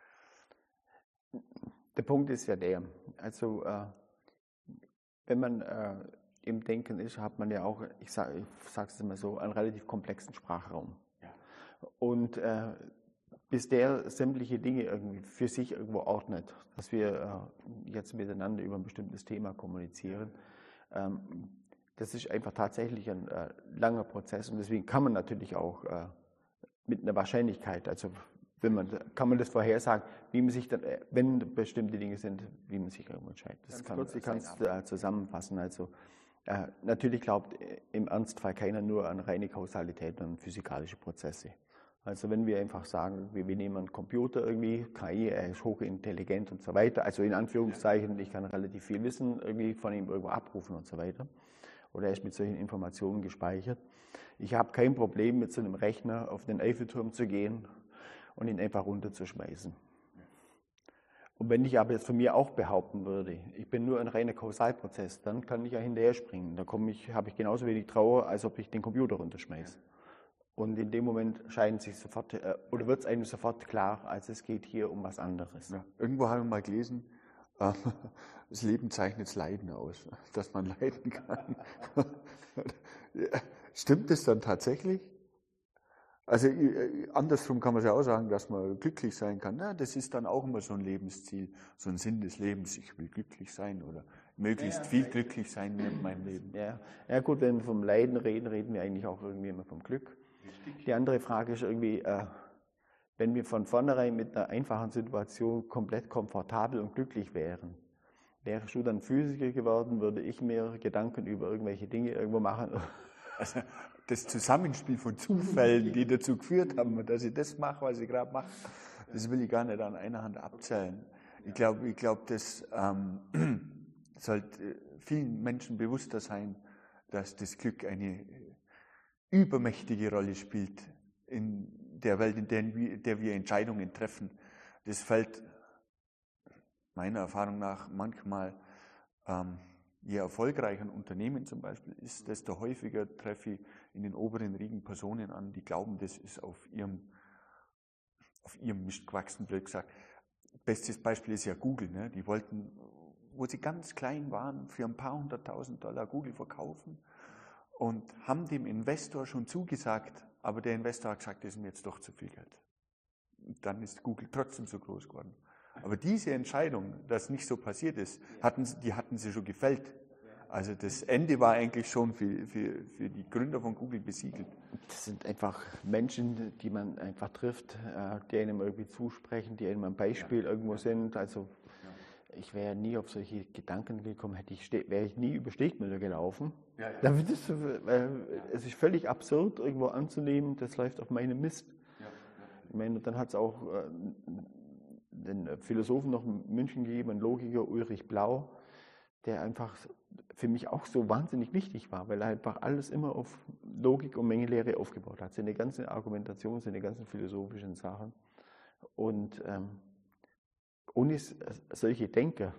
Der Punkt ist ja der, also äh, wenn man äh, im Denken ist, hat man ja auch, ich sage es immer so, einen relativ komplexen Sprachraum. Ja. Und äh, bis der sämtliche Dinge irgendwie für sich irgendwo ordnet, dass wir äh, jetzt miteinander über ein bestimmtes Thema kommunizieren, ähm, das ist einfach tatsächlich ein äh, langer Prozess und deswegen kann man natürlich auch äh, mit einer Wahrscheinlichkeit, also wenn man, kann man das vorhersagen, wie man sich dann, äh, wenn bestimmte Dinge sind, wie man sich irgendwo entscheidet. Das kann, ich kann es äh, zusammenfassen. Also äh, natürlich glaubt im Ernstfall keiner nur an reine Kausalität und physikalische Prozesse. Also wenn wir einfach sagen, wir, wir nehmen einen Computer irgendwie, K I, er ist hochintelligent und so weiter, also in Anführungszeichen, ich kann relativ viel Wissen irgendwie von ihm irgendwo abrufen und so weiter. Oder er ist mit solchen Informationen gespeichert. Ich habe kein Problem, mit so einem Rechner auf den Eiffelturm zu gehen und ihn einfach runterzuschmeißen. Und wenn ich aber jetzt von mir auch behaupten würde, ich bin nur ein reiner Kausalprozess, dann kann ich ja hinterher springen. Da komme ich, habe ich genauso wenig Trauer, als ob ich den Computer runterschmeiße. Und in dem Moment scheiden sich sofort, äh, oder wird es einem sofort klar, als es geht hier um was anderes. Ja, irgendwo habe ich mal gelesen, äh, das Leben zeichnet das Leiden aus, dass man leiden kann. Stimmt das dann tatsächlich? Also andersrum kann man es ja auch sagen, dass man glücklich sein kann. Ja, das ist dann auch immer so ein Lebensziel, so ein Sinn des Lebens. Ich will glücklich sein oder möglichst viel glücklich sein in meinem Leben. Ja, ja gut, wenn wir vom Leiden reden, reden wir eigentlich auch irgendwie immer vom Glück. Richtig. Die andere Frage ist irgendwie, äh, wenn wir von vornherein mit einer einfachen Situation komplett komfortabel und glücklich wären, wärst du dann Physiker geworden, würde ich mir Gedanken über irgendwelche Dinge irgendwo machen. Also das Zusammenspiel von Zufällen, die dazu geführt haben, dass ich das mache, was ich gerade mache, das will ich gar nicht an einer Hand abzählen. Ich glaube, ich glaub, das ähm, sollte vielen Menschen bewusster sein, dass das Glück eine übermächtige Rolle spielt in der Welt, in der wir, der wir Entscheidungen treffen. Das fällt meiner Erfahrung nach manchmal, ähm, je erfolgreicher ein Unternehmen zum Beispiel ist, desto häufiger treffe ich in den oberen Riegen Personen an, die glauben, das ist auf ihrem, auf ihrem Mist gewachsen, blöd gesagt. Bestes Beispiel ist ja Google. Ne? Die wollten, wo sie ganz klein waren, für ein paar hunderttausend Dollar Google verkaufen und haben dem Investor schon zugesagt, aber der Investor hat gesagt, das ist mir jetzt doch zu viel Geld. Und dann ist Google trotzdem so groß geworden. Aber diese Entscheidung, dass nicht so passiert ist, hatten, die hatten sie schon gefällt. Also das Ende war eigentlich schon für, für, für die Gründer von Google besiegelt. Das sind einfach Menschen, die man einfach trifft, die einem irgendwie zusprechen, die einem ein Beispiel ja. irgendwo sind. Also ich wäre nie auf solche Gedanken gekommen, hätte ich, wäre ich nie über Stegmüller gelaufen. Ja, ja. Das, äh, es ist völlig absurd, irgendwo anzunehmen, das läuft auf meinem Mist. Ja, ja. Ich meine, dann hat es auch äh, den Philosophen noch in München gegeben, einen Logiker, Ulrich Blau, der einfach für mich auch so wahnsinnig wichtig war, weil er einfach alles immer auf Logik und Mengenlehre aufgebaut hat. Seine ganze Argumentation, seine ganzen philosophischen Sachen. Und ähm, ohne solche Denker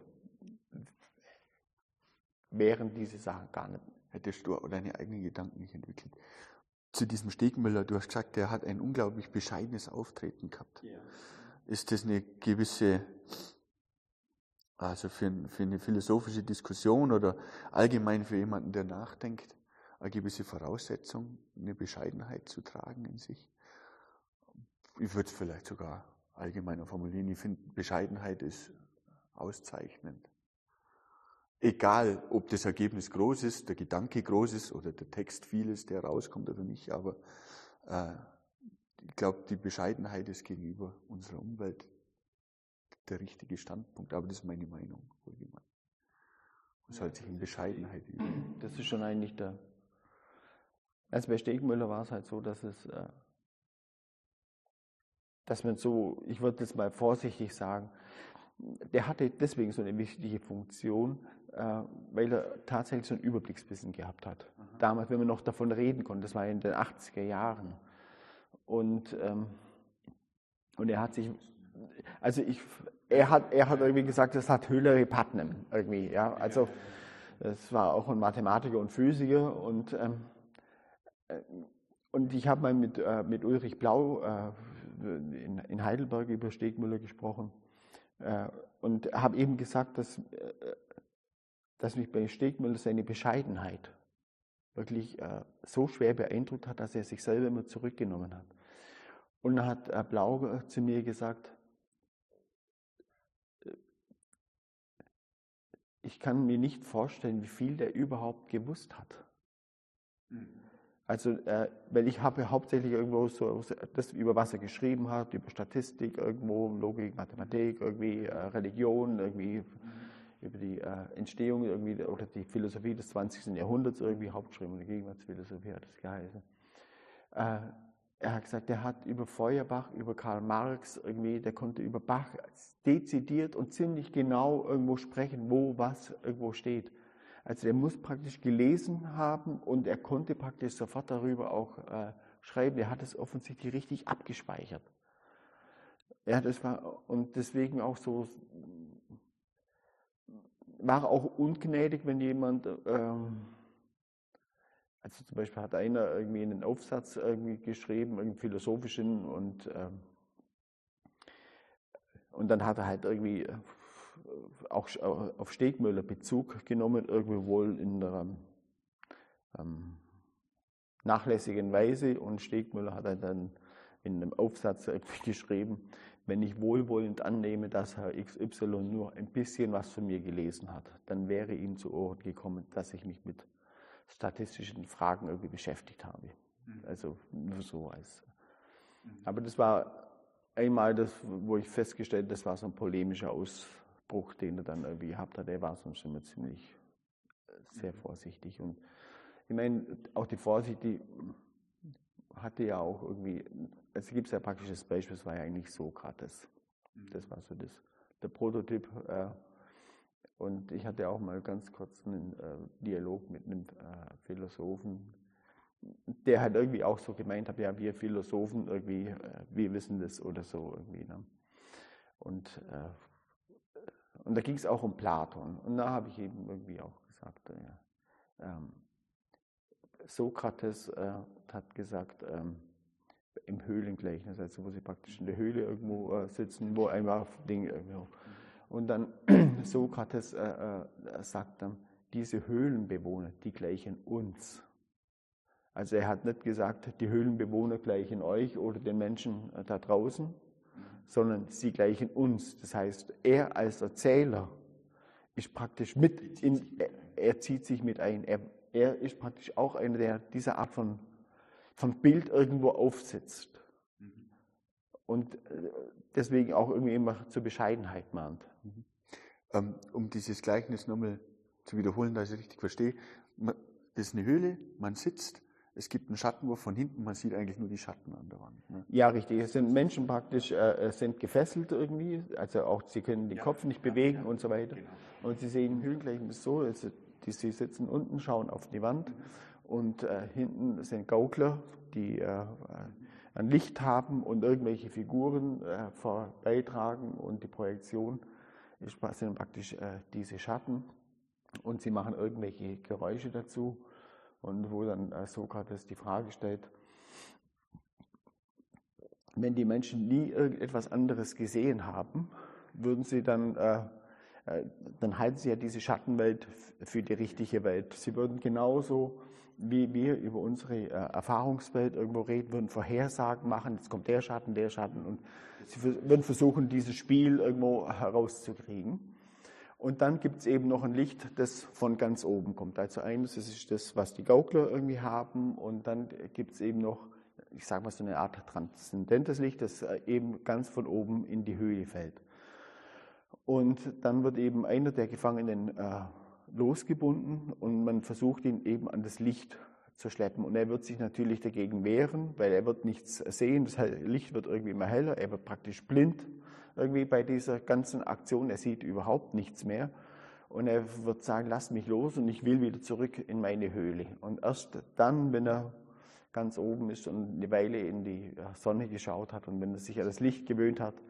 wären diese Sachen gar nicht. Hättest du deine eigenen Gedanken nicht entwickelt. Zu diesem Stegmüller, du hast gesagt, der hat ein unglaublich bescheidenes Auftreten gehabt. Ja. Ist das eine gewisse, also für, für eine philosophische Diskussion oder allgemein für jemanden, der nachdenkt, eine gewisse Voraussetzung, eine Bescheidenheit zu tragen in sich? Ich würde es vielleicht sogar allgemeiner formulieren. Ich finde, Bescheidenheit ist auszeichnend. Egal, ob das Ergebnis groß ist, der Gedanke groß ist oder der Text viel ist, der rauskommt oder nicht, aber äh, ich glaube, die Bescheidenheit ist gegenüber unserer Umwelt der richtige Standpunkt, aber das ist meine Meinung. Man sollte sich in Bescheidenheit üben. Das ist schon eigentlich der. Also bei Stegmüller war es halt so, dass es, äh, dass man so, ich würde jetzt mal vorsichtig sagen, der hatte deswegen so eine wichtige Funktion, äh, weil er tatsächlich so ein Überblickswissen gehabt hat. Aha. Damals, wenn man noch davon reden konnte, das war in den achtziger Jahren. Und, ähm, und er hat sich, also ich, er hat, er hat irgendwie gesagt, das hat Hülleri Putnam irgendwie, ja, also es war auch ein Mathematiker und Physiker und ähm, und ich habe mal mit, äh, mit Ulrich Blau äh, in, in Heidelberg über Stegmüller gesprochen äh, und habe eben gesagt, dass, äh, dass mich bei Stegmüller seine Bescheidenheit wirklich äh, so schwer beeindruckt hat, dass er sich selber immer zurückgenommen hat. Und dann hat äh, Blau äh, zu mir gesagt, ich kann mir nicht vorstellen, wie viel der überhaupt gewusst hat. Mhm. Also, äh, weil ich habe hauptsächlich irgendwo so das, über was er geschrieben hat, über Statistik irgendwo, Logik, Mathematik, irgendwie äh, Religion, irgendwie mhm. über die äh, Entstehung irgendwie oder die Philosophie des zwanzigsten Jahrhunderts irgendwie, Hauptgeschrieben und Gegenwartsphilosophie hat es geheißen. Äh, er hat gesagt, der hat über Feuerbach, über Karl Marx irgendwie, der konnte über Bach dezidiert und ziemlich genau irgendwo sprechen, wo was irgendwo steht. Also er muss praktisch gelesen haben und er konnte praktisch sofort darüber auch äh, schreiben. Er hat es offensichtlich richtig abgespeichert. Ja, das war, und deswegen auch so, war auch ungnädig, wenn jemand, ähm, also zum Beispiel hat einer irgendwie einen Aufsatz irgendwie geschrieben, einen philosophischen und, ähm, und dann hat er halt irgendwie auch auf Stegmüller Bezug genommen, irgendwie wohl in einer ähm, nachlässigen Weise und Stegmüller hat dann in einem Aufsatz geschrieben, wenn ich wohlwollend annehme, dass Herr X Y nur ein bisschen was von mir gelesen hat, dann wäre ihm zu Ohren gekommen, dass ich mich mit statistischen Fragen irgendwie beschäftigt habe. Mhm. Also nur so als. Mhm. Aber das war einmal das, wo ich festgestellt habe, das war so ein polemischer Ausbruch, den er dann irgendwie gehabt hat. Der war sonst immer ziemlich sehr vorsichtig. Und ich meine, auch die Vorsicht, die hatte ja auch irgendwie, es gibt ja praktisch das Beispiel, das war ja eigentlich Sokrates. Das war so das, der Prototyp. Äh, und ich hatte auch mal ganz kurz einen äh, Dialog mit einem äh, Philosophen, der halt irgendwie auch so gemeint hat, ja, wir Philosophen irgendwie, äh, wir wissen das oder so irgendwie. Ne? Und, äh, und da ging es auch um Platon. Und da habe ich eben irgendwie auch gesagt, äh, ähm, Sokrates äh, hat gesagt, ähm, im Höhlengleichnis, also wo sie praktisch in der Höhle irgendwo äh, sitzen, wo einfach Dinge irgendwo. Und dann Sokrates äh, äh, sagt dann, diese Höhlenbewohner, die gleichen uns. Also er hat nicht gesagt, die Höhlenbewohner gleichen euch oder den Menschen äh, da draußen, sondern sie gleichen uns. Das heißt, er als Erzähler ist praktisch mit, in, er, er zieht sich mit ein. Er, er ist praktisch auch einer, der diese Art von, von Bild irgendwo aufsetzt. Mhm. Und deswegen auch irgendwie immer zur Bescheidenheit mahnt. Mhm. Ähm, um dieses Gleichnis nochmal zu wiederholen, dass ich richtig verstehe. Man, das ist eine Höhle, man sitzt, es gibt einen Schattenwurf von hinten, man sieht eigentlich nur die Schatten an der Wand. Ne? Ja, richtig. Es sind Menschen praktisch, äh, sind gefesselt irgendwie, also auch sie können den ja, Kopf nicht bewegen ja, und so weiter. Genau. Und sie sehen Höhlengleichnis so, also die, sie sitzen unten, schauen auf die Wand mhm. und äh, hinten sind Gaukler, die äh, ein Licht haben und irgendwelche Figuren äh, vorbeitragen und die Projektion ist, sind praktisch äh, diese Schatten und sie machen irgendwelche Geräusche dazu. Und wo dann Sokrates die Frage stellt, wenn die Menschen nie irgendetwas anderes gesehen haben, würden sie dann, äh, dann halten sie ja diese Schattenwelt für die richtige Welt. Sie würden genauso, wie wir über unsere äh, Erfahrungswelt irgendwo reden, würden Vorhersagen machen, jetzt kommt der Schatten, der Schatten und sie würden versuchen, dieses Spiel irgendwo herauszukriegen. Und dann gibt es eben noch ein Licht, das von ganz oben kommt. Also eines, das ist das, was die Gaukler irgendwie haben. Und dann gibt es eben noch, ich sage mal, so eine Art transzendentes Licht, das eben ganz von oben in die Höhe fällt. Und dann wird eben einer der Gefangenen äh, losgebunden und man versucht ihn eben an das Licht zu schleppen. Und er wird sich natürlich dagegen wehren, weil er wird nichts sehen. Das Licht wird irgendwie immer heller, er wird praktisch blind. Irgendwie bei dieser ganzen Aktion, er sieht überhaupt nichts mehr und er wird sagen, lass mich los und ich will wieder zurück in meine Höhle. Und erst dann, wenn er ganz oben ist und eine Weile in die Sonne geschaut hat und wenn er sich an das Licht gewöhnt hat,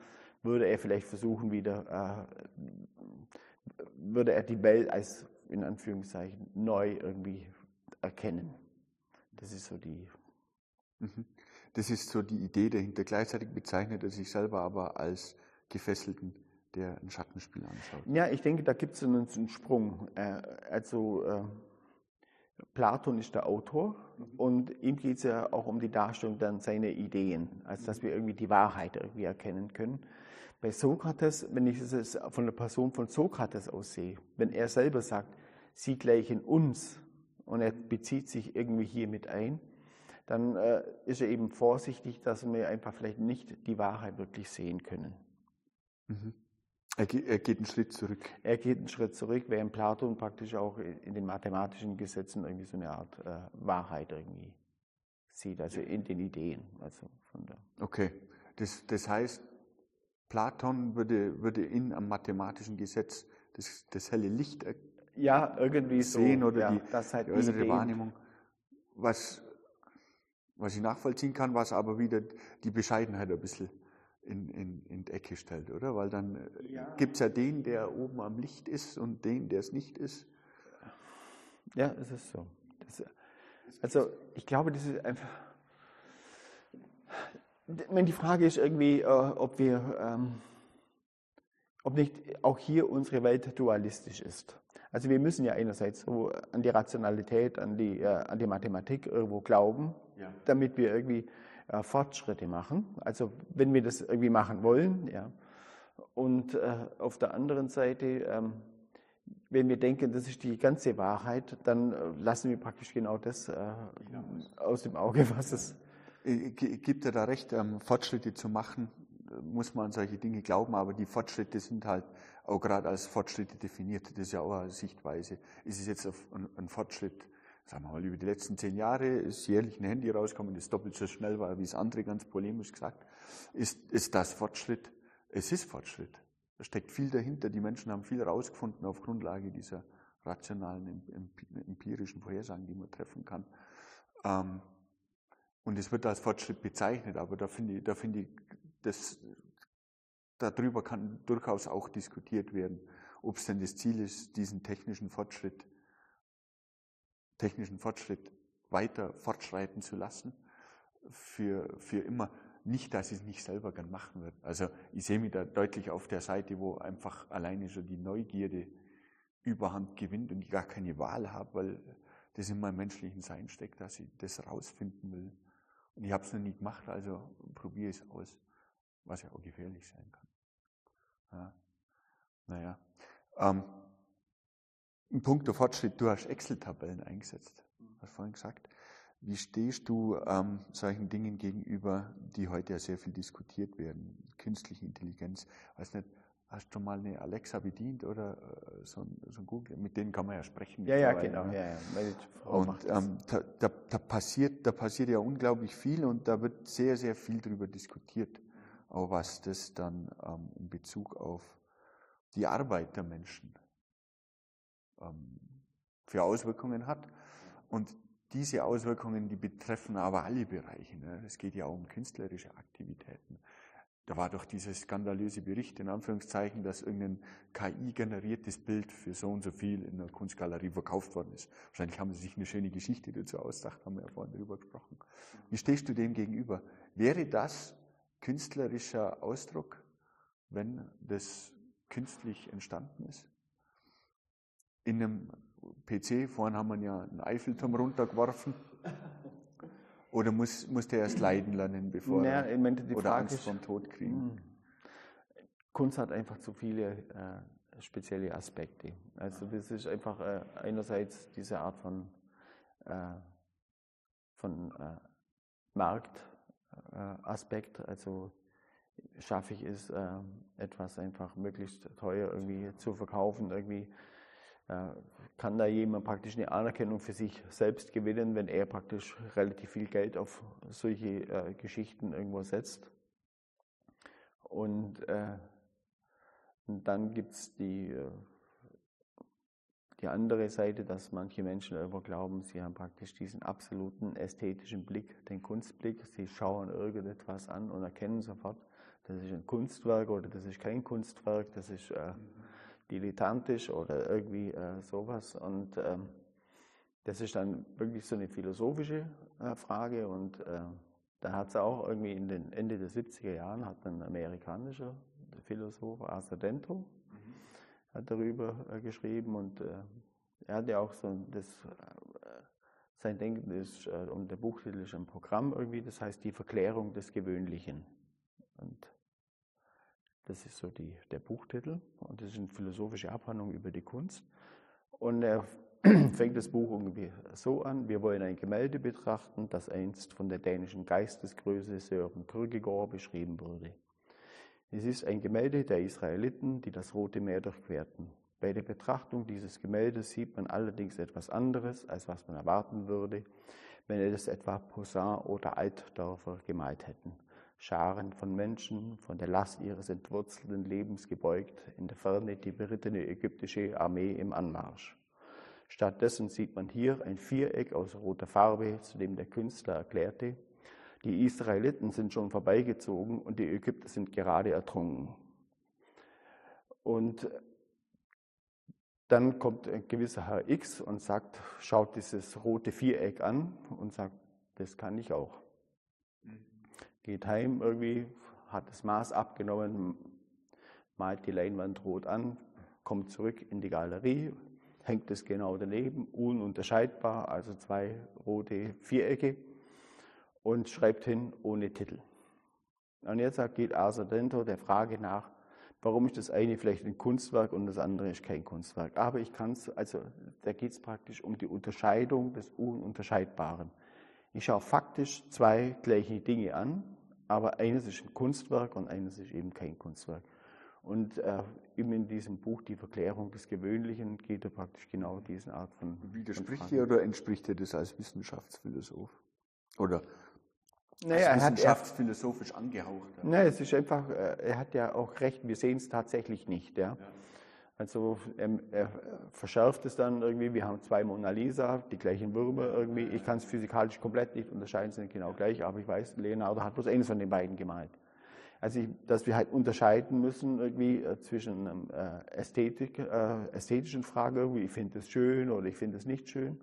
würde er vielleicht versuchen, wieder, äh, würde er die Welt als, in Anführungszeichen, neu irgendwie erkennen. Das ist so die... Mhm. Das ist so die Idee dahinter. Gleichzeitig bezeichnet er sich selber aber als Gefesselten, der ein Schattenspiel anschaut. Ja, ich denke, da gibt es einen, einen Sprung. Äh, also äh, Platon ist der Autor mhm. und ihm geht es ja auch um die Darstellung dann seiner Ideen, also dass wir irgendwie die Wahrheit irgendwie erkennen können. Bei Sokrates, wenn ich es von der Person von Sokrates aus sehe, wenn er selber sagt, sie gleichen uns und er bezieht sich irgendwie hier mit ein, dann äh, ist er eben vorsichtig, dass wir einfach vielleicht nicht die Wahrheit wirklich sehen können. Mhm. Er, geht, er geht einen Schritt zurück. Er geht einen Schritt zurück, während Platon praktisch auch in den mathematischen Gesetzen irgendwie so eine Art äh, Wahrheit irgendwie sieht, also in den Ideen. Also von der okay, das, das heißt, Platon würde, würde in einem mathematischen Gesetz das, das helle Licht ja, irgendwie sehen so, oder ja, die, das halt die äußere Ideen. Wahrnehmung, was, was ich nachvollziehen kann, was aber wieder die Bescheidenheit ein bisschen in, in, in die Ecke stellt, oder? Weil dann ja. gibt es ja den, der oben am Licht ist und den, der es nicht ist. Ja, es ist so. Das, also ich glaube, das ist einfach... Die Frage ist irgendwie, äh, ob wir, ähm, ob nicht auch hier unsere Welt dualistisch ist. Also wir müssen ja einerseits so an die Rationalität, an die, äh, an die Mathematik irgendwo glauben, ja. damit wir irgendwie äh, Fortschritte machen. Also wenn wir das irgendwie machen wollen, ja. Und äh, auf der anderen Seite, ähm, wenn wir denken, das ist die ganze Wahrheit, dann äh, lassen wir praktisch genau das äh, genau. aus dem Auge, was es... Gibt er da recht, ähm, Fortschritte zu machen, muss man an solche Dinge glauben, aber die Fortschritte sind halt auch gerade als Fortschritte definiert. Das ist ja auch eine Sichtweise. Ist es jetzt ein, ein Fortschritt, sagen wir mal, über die letzten zehn Jahre ist jährlich ein Handy rausgekommen, das doppelt so schnell war, wie das andere, ganz polemisch gesagt. Ist, ist das Fortschritt? Es ist Fortschritt. Da steckt viel dahinter. Die Menschen haben viel rausgefunden auf Grundlage dieser rationalen, empirischen Vorhersagen, die man treffen kann. Ähm, Und es wird als Fortschritt bezeichnet, aber da finde ich, da finde ich, das, darüber kann durchaus auch diskutiert werden, ob es denn das Ziel ist, diesen technischen Fortschritt, technischen Fortschritt weiter fortschreiten zu lassen, für, für immer. Nicht, dass ich es nicht selber gern machen würde. Also ich sehe mich da deutlich auf der Seite, wo einfach alleine schon die Neugierde Überhand gewinnt und ich gar keine Wahl habe, weil das in meinem menschlichen Sein steckt, dass ich das rausfinden will. Und ich habe es noch nie gemacht, also probiere es aus, was ja auch gefährlich sein kann. Ja. Naja. Ähm, Im Punkt der Fortschritt, du hast Excel-Tabellen eingesetzt, hast du vorhin gesagt. Wie stehst du ähm, solchen Dingen gegenüber, die heute ja sehr viel diskutiert werden? Künstliche Intelligenz, weiß nicht, hast du schon mal eine Alexa bedient oder äh, so, ein, so ein Google? Mit denen kann man ja sprechen. Ja, ja, genau. Ja, ja. Und ähm, da, da, da, passiert, da passiert ja unglaublich viel und da wird sehr, sehr viel darüber diskutiert, auch was das dann ähm, in Bezug auf die Arbeit der Menschen ähm, für Auswirkungen hat. Und diese Auswirkungen, die betreffen aber alle Bereiche. Ne? Es geht ja auch um künstlerische Aktivitäten. Da war doch dieser skandalöse Bericht, in Anführungszeichen, dass irgendein K I-generiertes Bild für so und so viel in einer Kunstgalerie verkauft worden ist. Wahrscheinlich haben sie sich eine schöne Geschichte dazu ausgedacht, haben wir ja vorhin darüber gesprochen. Wie stehst du dem gegenüber? Wäre das künstlerischer Ausdruck, wenn das künstlich entstanden ist? In einem P C, vorhin haben wir ja einen Eiffelturm runtergeworfen. Oder muss, muss der erst leiden lernen, bevor naja, er meine, oder Angst vor dem Tod kriegen? Kunst hat einfach zu viele äh, spezielle Aspekte. Also das ist einfach äh, einerseits diese Art von, äh, von äh, Marktaspekt, äh, also schaffe ich es, äh, etwas einfach möglichst teuer irgendwie zu verkaufen, irgendwie kann da jemand praktisch eine Anerkennung für sich selbst gewinnen, wenn er praktisch relativ viel Geld auf solche äh, Geschichten irgendwo setzt. Und, äh, und dann gibt es die, äh, die andere Seite, dass manche Menschen irgendwo glauben, sie haben praktisch diesen absoluten ästhetischen Blick, den Kunstblick. Sie schauen irgendetwas an und erkennen sofort, das ist ein Kunstwerk oder das ist kein Kunstwerk, das ist äh, dilettantisch oder irgendwie äh, sowas. Und ähm, das ist dann wirklich so eine philosophische äh, Frage. Und äh, da hat es auch irgendwie in den Ende der siebziger Jahren hat ein amerikanischer Philosoph, Asa Dento, mhm. hat darüber äh, geschrieben. Und äh, er hat ja auch so das, äh, sein Denken ist, äh, und der Buchtitel ist ein Programm irgendwie, das heißt die Verklärung des Gewöhnlichen. Und das ist so die, der Buchtitel und das ist eine philosophische Abhandlung über die Kunst. Und er fängt das Buch irgendwie so an: Wir wollen ein Gemälde betrachten, das einst von der dänischen Geistesgröße Søren Kierkegaard beschrieben wurde. Es ist ein Gemälde der Israeliten, die das Rote Meer durchquerten. Bei der Betrachtung dieses Gemäldes sieht man allerdings etwas anderes, als was man erwarten würde, wenn es etwa Poussin oder Altdörfer gemalt hätten. Scharen von Menschen, von der Last ihres entwurzelten Lebens gebeugt, in der Ferne die berittene ägyptische Armee im Anmarsch. Stattdessen sieht man hier ein Viereck aus roter Farbe, zu dem der Künstler erklärte: Die Israeliten sind schon vorbeigezogen und die Ägypter sind gerade ertrunken. Und dann kommt ein gewisser Herr X und sagt, schaut dieses rote Viereck an und sagt, das kann ich auch. Geht heim irgendwie, hat das Maß abgenommen, malt die Leinwand rot an, kommt zurück in die Galerie, hängt es genau daneben, ununterscheidbar, also zwei rote Vierecke, und schreibt hin ohne Titel. Und jetzt geht Asa Dento der Frage nach, warum ist das eine vielleicht ein Kunstwerk und das andere ist kein Kunstwerk. Aber ich kann es, also da geht es praktisch um die Unterscheidung des Ununterscheidbaren. Ich schaue faktisch zwei gleiche Dinge an, aber eines ist ein Kunstwerk und eines ist eben kein Kunstwerk. Und äh, eben in diesem Buch, die Verklärung des Gewöhnlichen, geht er praktisch genau diese Art von... Widerspricht dir oder entspricht dir das als Wissenschaftsphilosoph? Oder naja, als er wissenschaftsphilosophisch hat, angehaucht? Ja. Nein, es ist einfach, er hat ja auch recht, wir sehen es tatsächlich nicht. Ja. Ja. Also er, er verschärft es dann irgendwie, wir haben zwei Mona Lisa, die gleichen Würmer irgendwie. Ich kann es physikalisch komplett nicht unterscheiden, sind genau gleich, aber ich weiß, Leonardo hat bloß eines von den beiden gemalt. Also ich, dass wir halt unterscheiden müssen irgendwie äh, zwischen einer äh, Ästhetik, äh, ästhetischen Frage irgendwie, ich finde es schön oder ich finde es nicht schön,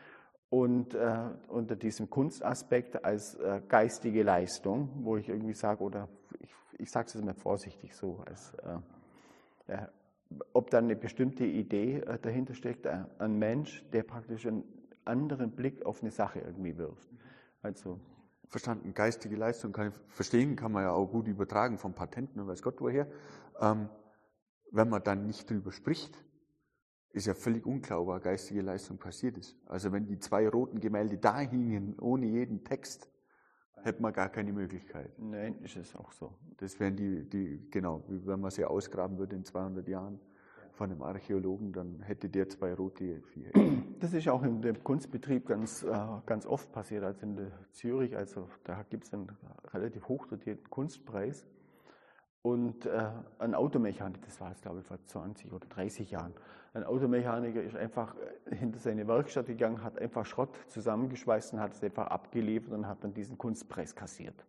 und äh, unter diesem Kunstaspekt als äh, geistige Leistung, wo ich irgendwie sage, oder ich, ich sage es jetzt mal vorsichtig so, als äh, äh, ob dann eine bestimmte Idee äh, dahinter steckt, äh, ein Mensch, der praktisch einen anderen Blick auf eine Sache irgendwie wirft. Also verstanden, geistige Leistung kann ich verstehen, kann man ja auch gut übertragen vom Patenten und weiß Gott woher. Ähm, wenn man dann nicht drüber spricht, ist ja völlig unklar, ob eine geistige Leistung passiert ist. Also wenn die zwei roten Gemälde da hingen, ohne jeden Text, hätte man gar keine Möglichkeit. Nein, ist es auch so. Das wären die, die genau, wenn man sie ausgraben würde in zweihundert Jahren von einem Archäologen, dann hätte der zwei rote Vierecke. Das ist auch in dem Kunstbetrieb ganz, äh, ganz oft passiert, also in der Zürich, also da gibt es einen relativ hochdotierten Kunstpreis. Und äh, ein Automechaniker, das war jetzt glaube ich vor zwanzig oder dreißig Jahren, ein Automechaniker ist einfach hinter seine Werkstatt gegangen, hat einfach Schrott zusammengeschweißt und hat es einfach abgeliefert und hat dann diesen Kunstpreis kassiert.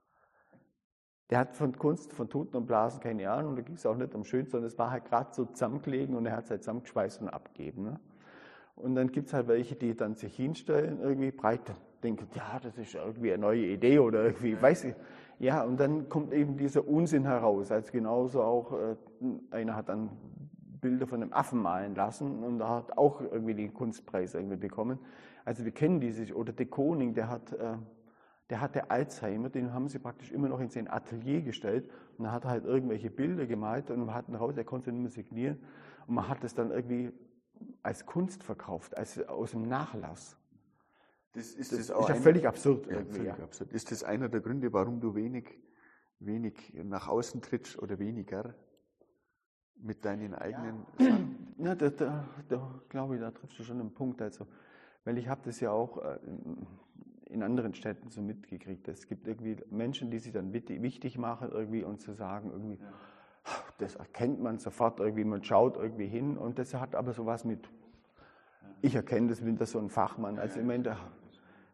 Der hat von Kunst, von Tuten und Blasen keine Ahnung, und da ging es auch nicht um schön, sondern es war halt gerade so zusammengelegen und er hat es halt zusammengeschweißt und abgegeben. Ne? Und dann gibt es halt welche, die dann sich hinstellen, irgendwie breit denken, ja, das ist irgendwie eine neue Idee oder irgendwie, weiß ich. Ja, und dann kommt eben dieser Unsinn heraus. Also genauso auch, äh, einer hat dann Bilder von einem Affen malen lassen und da hat auch irgendwie den Kunstpreis irgendwie bekommen. Also wir kennen diese, oder de Koning, der hat, äh, der hatte Alzheimer, den haben sie praktisch immer noch in sein Atelier gestellt und er hat halt irgendwelche Bilder gemalt und man hat ihn raus, er konnte nicht mehr signieren und man hat es dann irgendwie als Kunst verkauft, als aus dem Nachlass. Das ist, das das ist auch ja ein, völlig absurd. Ja, völlig ja. absurd. Ist das einer der Gründe, warum du wenig, wenig nach außen trittst oder weniger mit deinen eigenen ja. Sachen? Ja, da, da, da glaube ich, da triffst du schon einen Punkt. Also, weil ich habe das ja auch in anderen Städten so mitgekriegt. Es gibt irgendwie Menschen, die sich dann wichtig machen irgendwie und zu sagen, irgendwie, ja. Das erkennt man sofort irgendwie, man schaut irgendwie hin und das hat aber sowas mit, ich erkenne das, bin da so ein Fachmann. Also ich meine,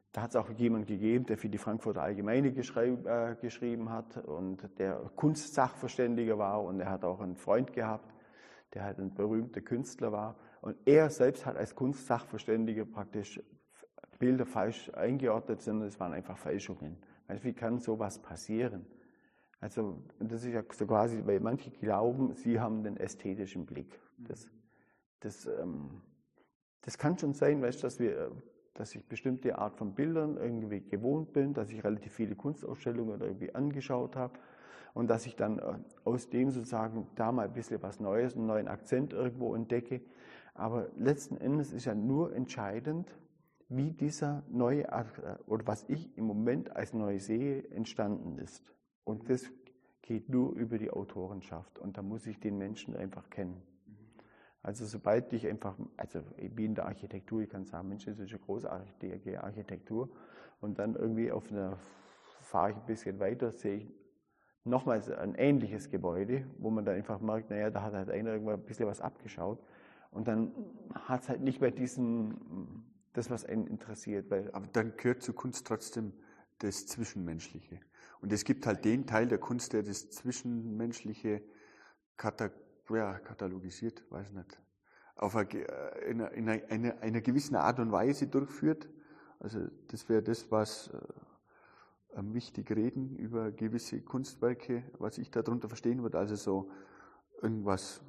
da hat es auch jemanden gegeben, der für die Frankfurter Allgemeine geschrieb, äh, geschrieben hat und der Kunstsachverständiger war und er hat auch einen Freund gehabt, der halt ein berühmter Künstler war. Und er selbst hat als Kunstsachverständiger praktisch Bilder falsch eingeordnet, sondern es waren einfach Fälschungen. Also wie kann sowas passieren? Also das ist ja so quasi, weil manche glauben, sie haben den ästhetischen Blick. Das, das, ähm, das kann schon sein, weißt, dass, wir, dass ich bestimmte Art von Bildern irgendwie gewohnt bin, dass ich relativ viele Kunstausstellungen irgendwie angeschaut habe und dass ich dann aus dem sozusagen da mal ein bisschen was Neues, einen neuen Akzent irgendwo entdecke. Aber letzten Endes ist ja nur entscheidend, wie dieser neue, oder was ich im Moment als neu sehe, entstanden ist. Und das geht nur über die Autorenschaft. Und da muss ich den Menschen einfach kennen. Also sobald ich einfach, also wie in der Architektur, ich kann sagen, Mensch, das ist eine großartige Architektur. Und dann irgendwie auf einer, fahre ich ein bisschen weiter, sehe ich nochmals ein ähnliches Gebäude, wo man dann einfach merkt, naja, da hat halt einer irgendwann ein bisschen was abgeschaut. Und dann hat es halt nicht mehr diesen, das, was einen interessiert. Weil aber dann gehört zur Kunst trotzdem das Zwischenmenschliche. Und es gibt halt den Teil der Kunst, der das Zwischenmenschliche kata- ja, katalogisiert, weiß nicht, auf eine, in, einer, in einer, einer gewissen Art und Weise durchführt. Also das wäre das, was äh, wichtig reden über gewisse Kunstwerke, was ich darunter verstehen würde. Also so irgendwas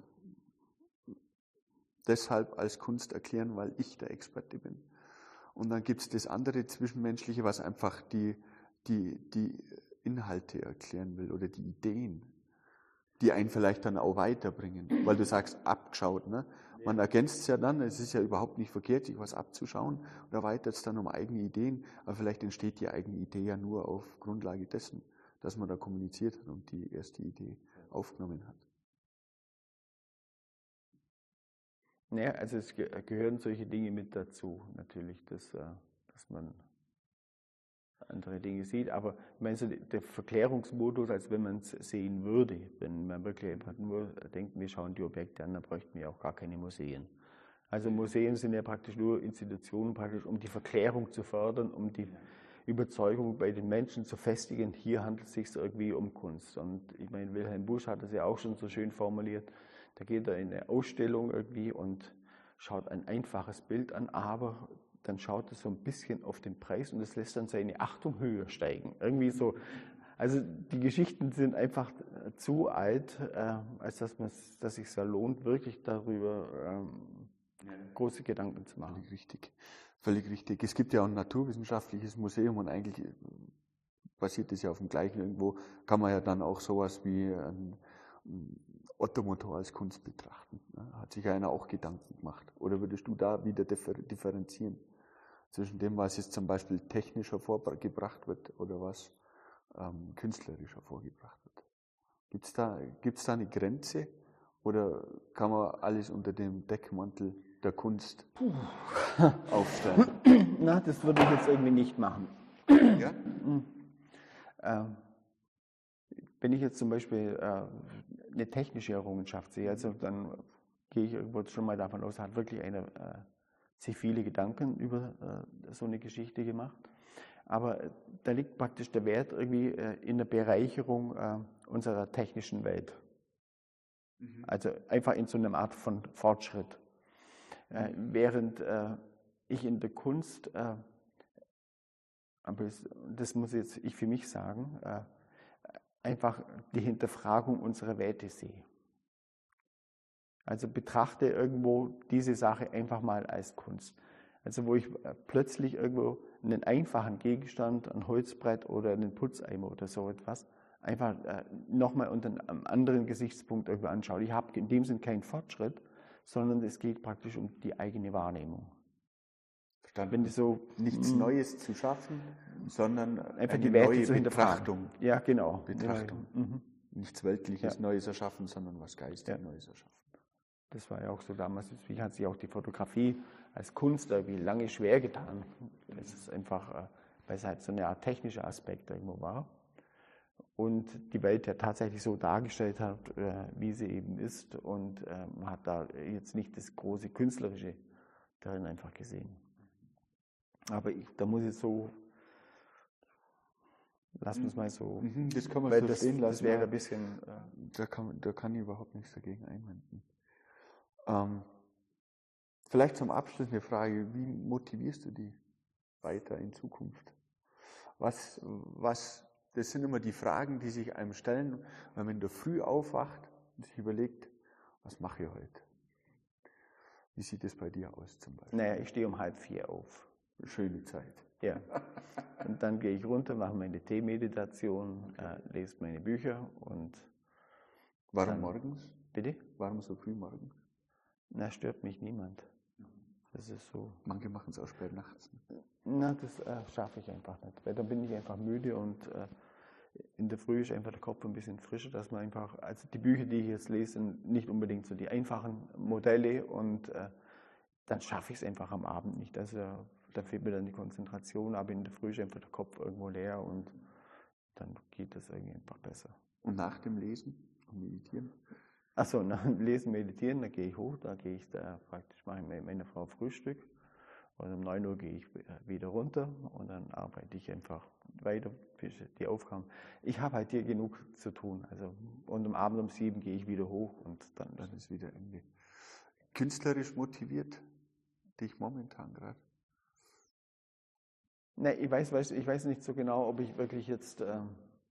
deshalb als Kunst erklären, weil ich der Experte bin. Und dann gibt es das andere Zwischenmenschliche, was einfach die, die, die Inhalte erklären will oder die Ideen, die einen vielleicht dann auch weiterbringen. Weil du sagst, abgeschaut. Ne? Man ergänzt es ja dann, es ist ja überhaupt nicht verkehrt, sich was abzuschauen und erweitert es dann um eigene Ideen. Aber vielleicht entsteht die eigene Idee ja nur auf Grundlage dessen, dass man da kommuniziert hat und die erste Idee aufgenommen hat. Naja, also es gehören solche Dinge mit dazu, natürlich, dass, dass man andere Dinge sieht. Aber ich meine, so der Verklärungsmodus, als wenn man es sehen würde, wenn man wirklich einfach nur denkt, wir schauen die Objekte an, dann bräuchten wir auch gar keine Museen. Also Museen sind ja praktisch nur Institutionen, praktisch um die Verklärung zu fördern, um die Überzeugung bei den Menschen zu festigen, hier handelt es sich irgendwie um Kunst. Und ich meine, Wilhelm Busch hat das ja auch schon so schön formuliert. Da geht er in eine Ausstellung irgendwie und schaut ein einfaches Bild an, aber dann schaut er so ein bisschen auf den Preis und das lässt dann seine Achtung höher steigen. Irgendwie so. Also die Geschichten sind einfach zu alt, äh, als dass man, dass sich ja lohnt, wirklich darüber ähm, große Gedanken zu machen. Völlig richtig. Völlig richtig. Es gibt ja auch ein naturwissenschaftliches Museum und eigentlich basiert das ja auf dem gleichen. Irgendwo kann man ja dann auch sowas wie ein Ottomotor als Kunst betrachten. Hat sich einer auch Gedanken gemacht? Oder würdest du da wieder differenzieren zwischen dem, was jetzt zum Beispiel technisch hervorgebracht wird oder was ähm, künstlerisch hervorgebracht wird? Gibt es da, gibt's da eine Grenze oder kann man alles unter dem Deckmantel der Kunst Puh. aufstellen? Na, das würde ich jetzt irgendwie nicht machen. Ja? ähm, wenn ich jetzt zum Beispiel äh, eine technische Errungenschaft sehe, also dann gehe ich irgendwo schon mal davon aus, hat wirklich einer äh, sich viele Gedanken über äh, so eine Geschichte gemacht. Aber äh, da liegt praktisch der Wert irgendwie äh, in der Bereicherung äh, unserer technischen Welt. Mhm. Also einfach in so einer Art von Fortschritt. Mhm. Äh, während äh, ich in der Kunst, äh, aber das, das muss jetzt ich für mich sagen, äh, einfach die Hinterfragung unserer Werte sehe. Also betrachte irgendwo diese Sache einfach mal als Kunst. Also wo ich plötzlich irgendwo einen einfachen Gegenstand, ein Holzbrett oder einen Putzeimer oder so etwas, einfach äh, nochmal unter einem anderen Gesichtspunkt irgendwo anschaue. Ich habe in dem Sinn keinen Fortschritt, sondern es geht praktisch um die eigene Wahrnehmung. Verstanden. Wenn so, Nichts Neues zu schaffen, sondern einfach eine die Werte neue zu Betrachtung. Ja, genau. Betrachtung. Ja, mhm. Nichts Weltliches Ja. Neues erschaffen, sondern was Geistiges Ja. Neues erschaffen. Das war ja auch so damals, deswegen hat sich auch die Fotografie als Kunst irgendwie lange schwer getan. Es ist einfach, weil es halt so eine Art technischer Aspekt irgendwo war. Und die Welt ja tatsächlich so dargestellt hat, wie sie eben ist. Und man hat da jetzt nicht das große Künstlerische darin einfach gesehen. Aber ich, da muss ich so Lassen wir es mal so. Mhm, das kann man weil so das, stehen lassen. das wäre ein bisschen. Äh, da, kann, da kann ich überhaupt nichts dagegen einwenden. Ähm, vielleicht zum Abschluss eine Frage: Wie motivierst du die weiter in Zukunft? Was, was, das sind immer die Fragen, die sich einem stellen, wenn man in der Früh aufwacht und sich überlegt, was mache ich heute? Wie sieht es bei dir aus zum Beispiel? Naja, ich stehe um halb vier auf. Schöne Zeit. Ja. Und dann gehe ich runter, mache meine Teemeditation, okay. äh, lese meine Bücher und. Warum dann, morgens? Bitte? Warum so früh morgens? Na, stört mich niemand. Das ist so. Manche machen es auch spät nachts. Na, das äh, schaffe ich einfach nicht. Weil dann bin ich einfach müde und äh, in der Früh ist einfach der Kopf ein bisschen frischer, dass man einfach, also die Bücher, die ich jetzt lese, sind nicht unbedingt so die einfachen Modelle und äh, dann schaffe ich es einfach am Abend nicht. Also da fehlt mir dann die Konzentration, aber in der Früh ist einfach der Kopf irgendwo leer und dann geht das irgendwie einfach besser. Und nach dem Lesen und Meditieren? Achso, nach dem Lesen, Meditieren, da gehe ich hoch, da gehe ich da praktisch, mache ich mit meiner Frau Frühstück. Und um neun Uhr gehe ich wieder runter und dann arbeite ich einfach weiter, bis die Aufgaben. Ich habe halt hier genug zu tun. Also, und am Abend um sieben gehe ich wieder hoch und dann, dann ist wieder Ende. Künstlerisch motiviert dich momentan gerade? Ne, ich weiß, weiß, ich weiß nicht so genau, ob ich wirklich jetzt ähm,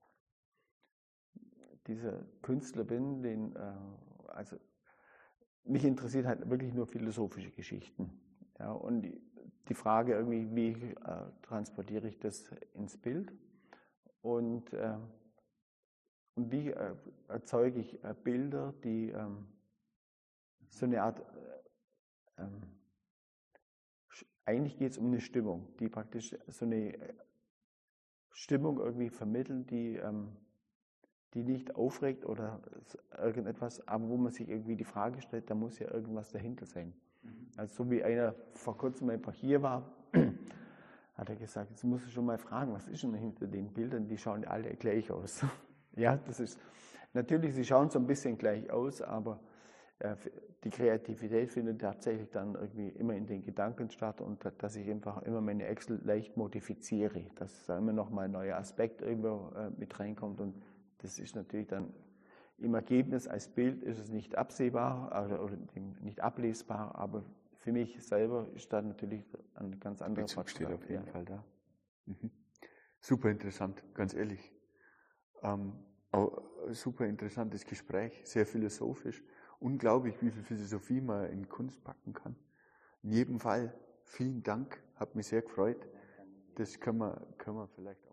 dieser Künstler bin, den, äh, also mich interessiert halt wirklich nur philosophische Geschichten. Ja, und die, die Frage irgendwie, wie äh, transportiere ich das ins Bild und, äh, und wie äh, erzeuge ich äh, Bilder, die ähm, so eine Art, äh, ähm, eigentlich geht es um eine Stimmung, die praktisch so eine Stimmung irgendwie vermitteln, die, ähm, die nicht aufregt oder irgendetwas, aber wo man sich irgendwie die Frage stellt, da muss ja irgendwas dahinter sein. Also so wie einer vor kurzem einfach hier war, hat er gesagt, jetzt musst du schon mal fragen, was ist denn hinter den Bildern, die schauen alle gleich aus. Ja, das ist, natürlich, sie schauen so ein bisschen gleich aus, aber äh, die Kreativität findet tatsächlich dann irgendwie immer in den Gedanken statt und dass ich einfach immer meine Excel leicht modifiziere, dass da immer noch mal ein neuer Aspekt irgendwo äh, mit reinkommt und das ist natürlich dann im Ergebnis als Bild ist es nicht absehbar oder, oder nicht ablesbar, aber für mich selber ist da natürlich ein ganz anderer Bezug steht auf jeden ja. Fall da. Mhm. Super interessant, ganz ehrlich. Ähm, auch super interessantes Gespräch, sehr philosophisch. Unglaublich, wie viel Philosophie man in Kunst packen kann. In jedem Fall vielen Dank, hat mich sehr gefreut. Das können wir, können wir vielleicht auch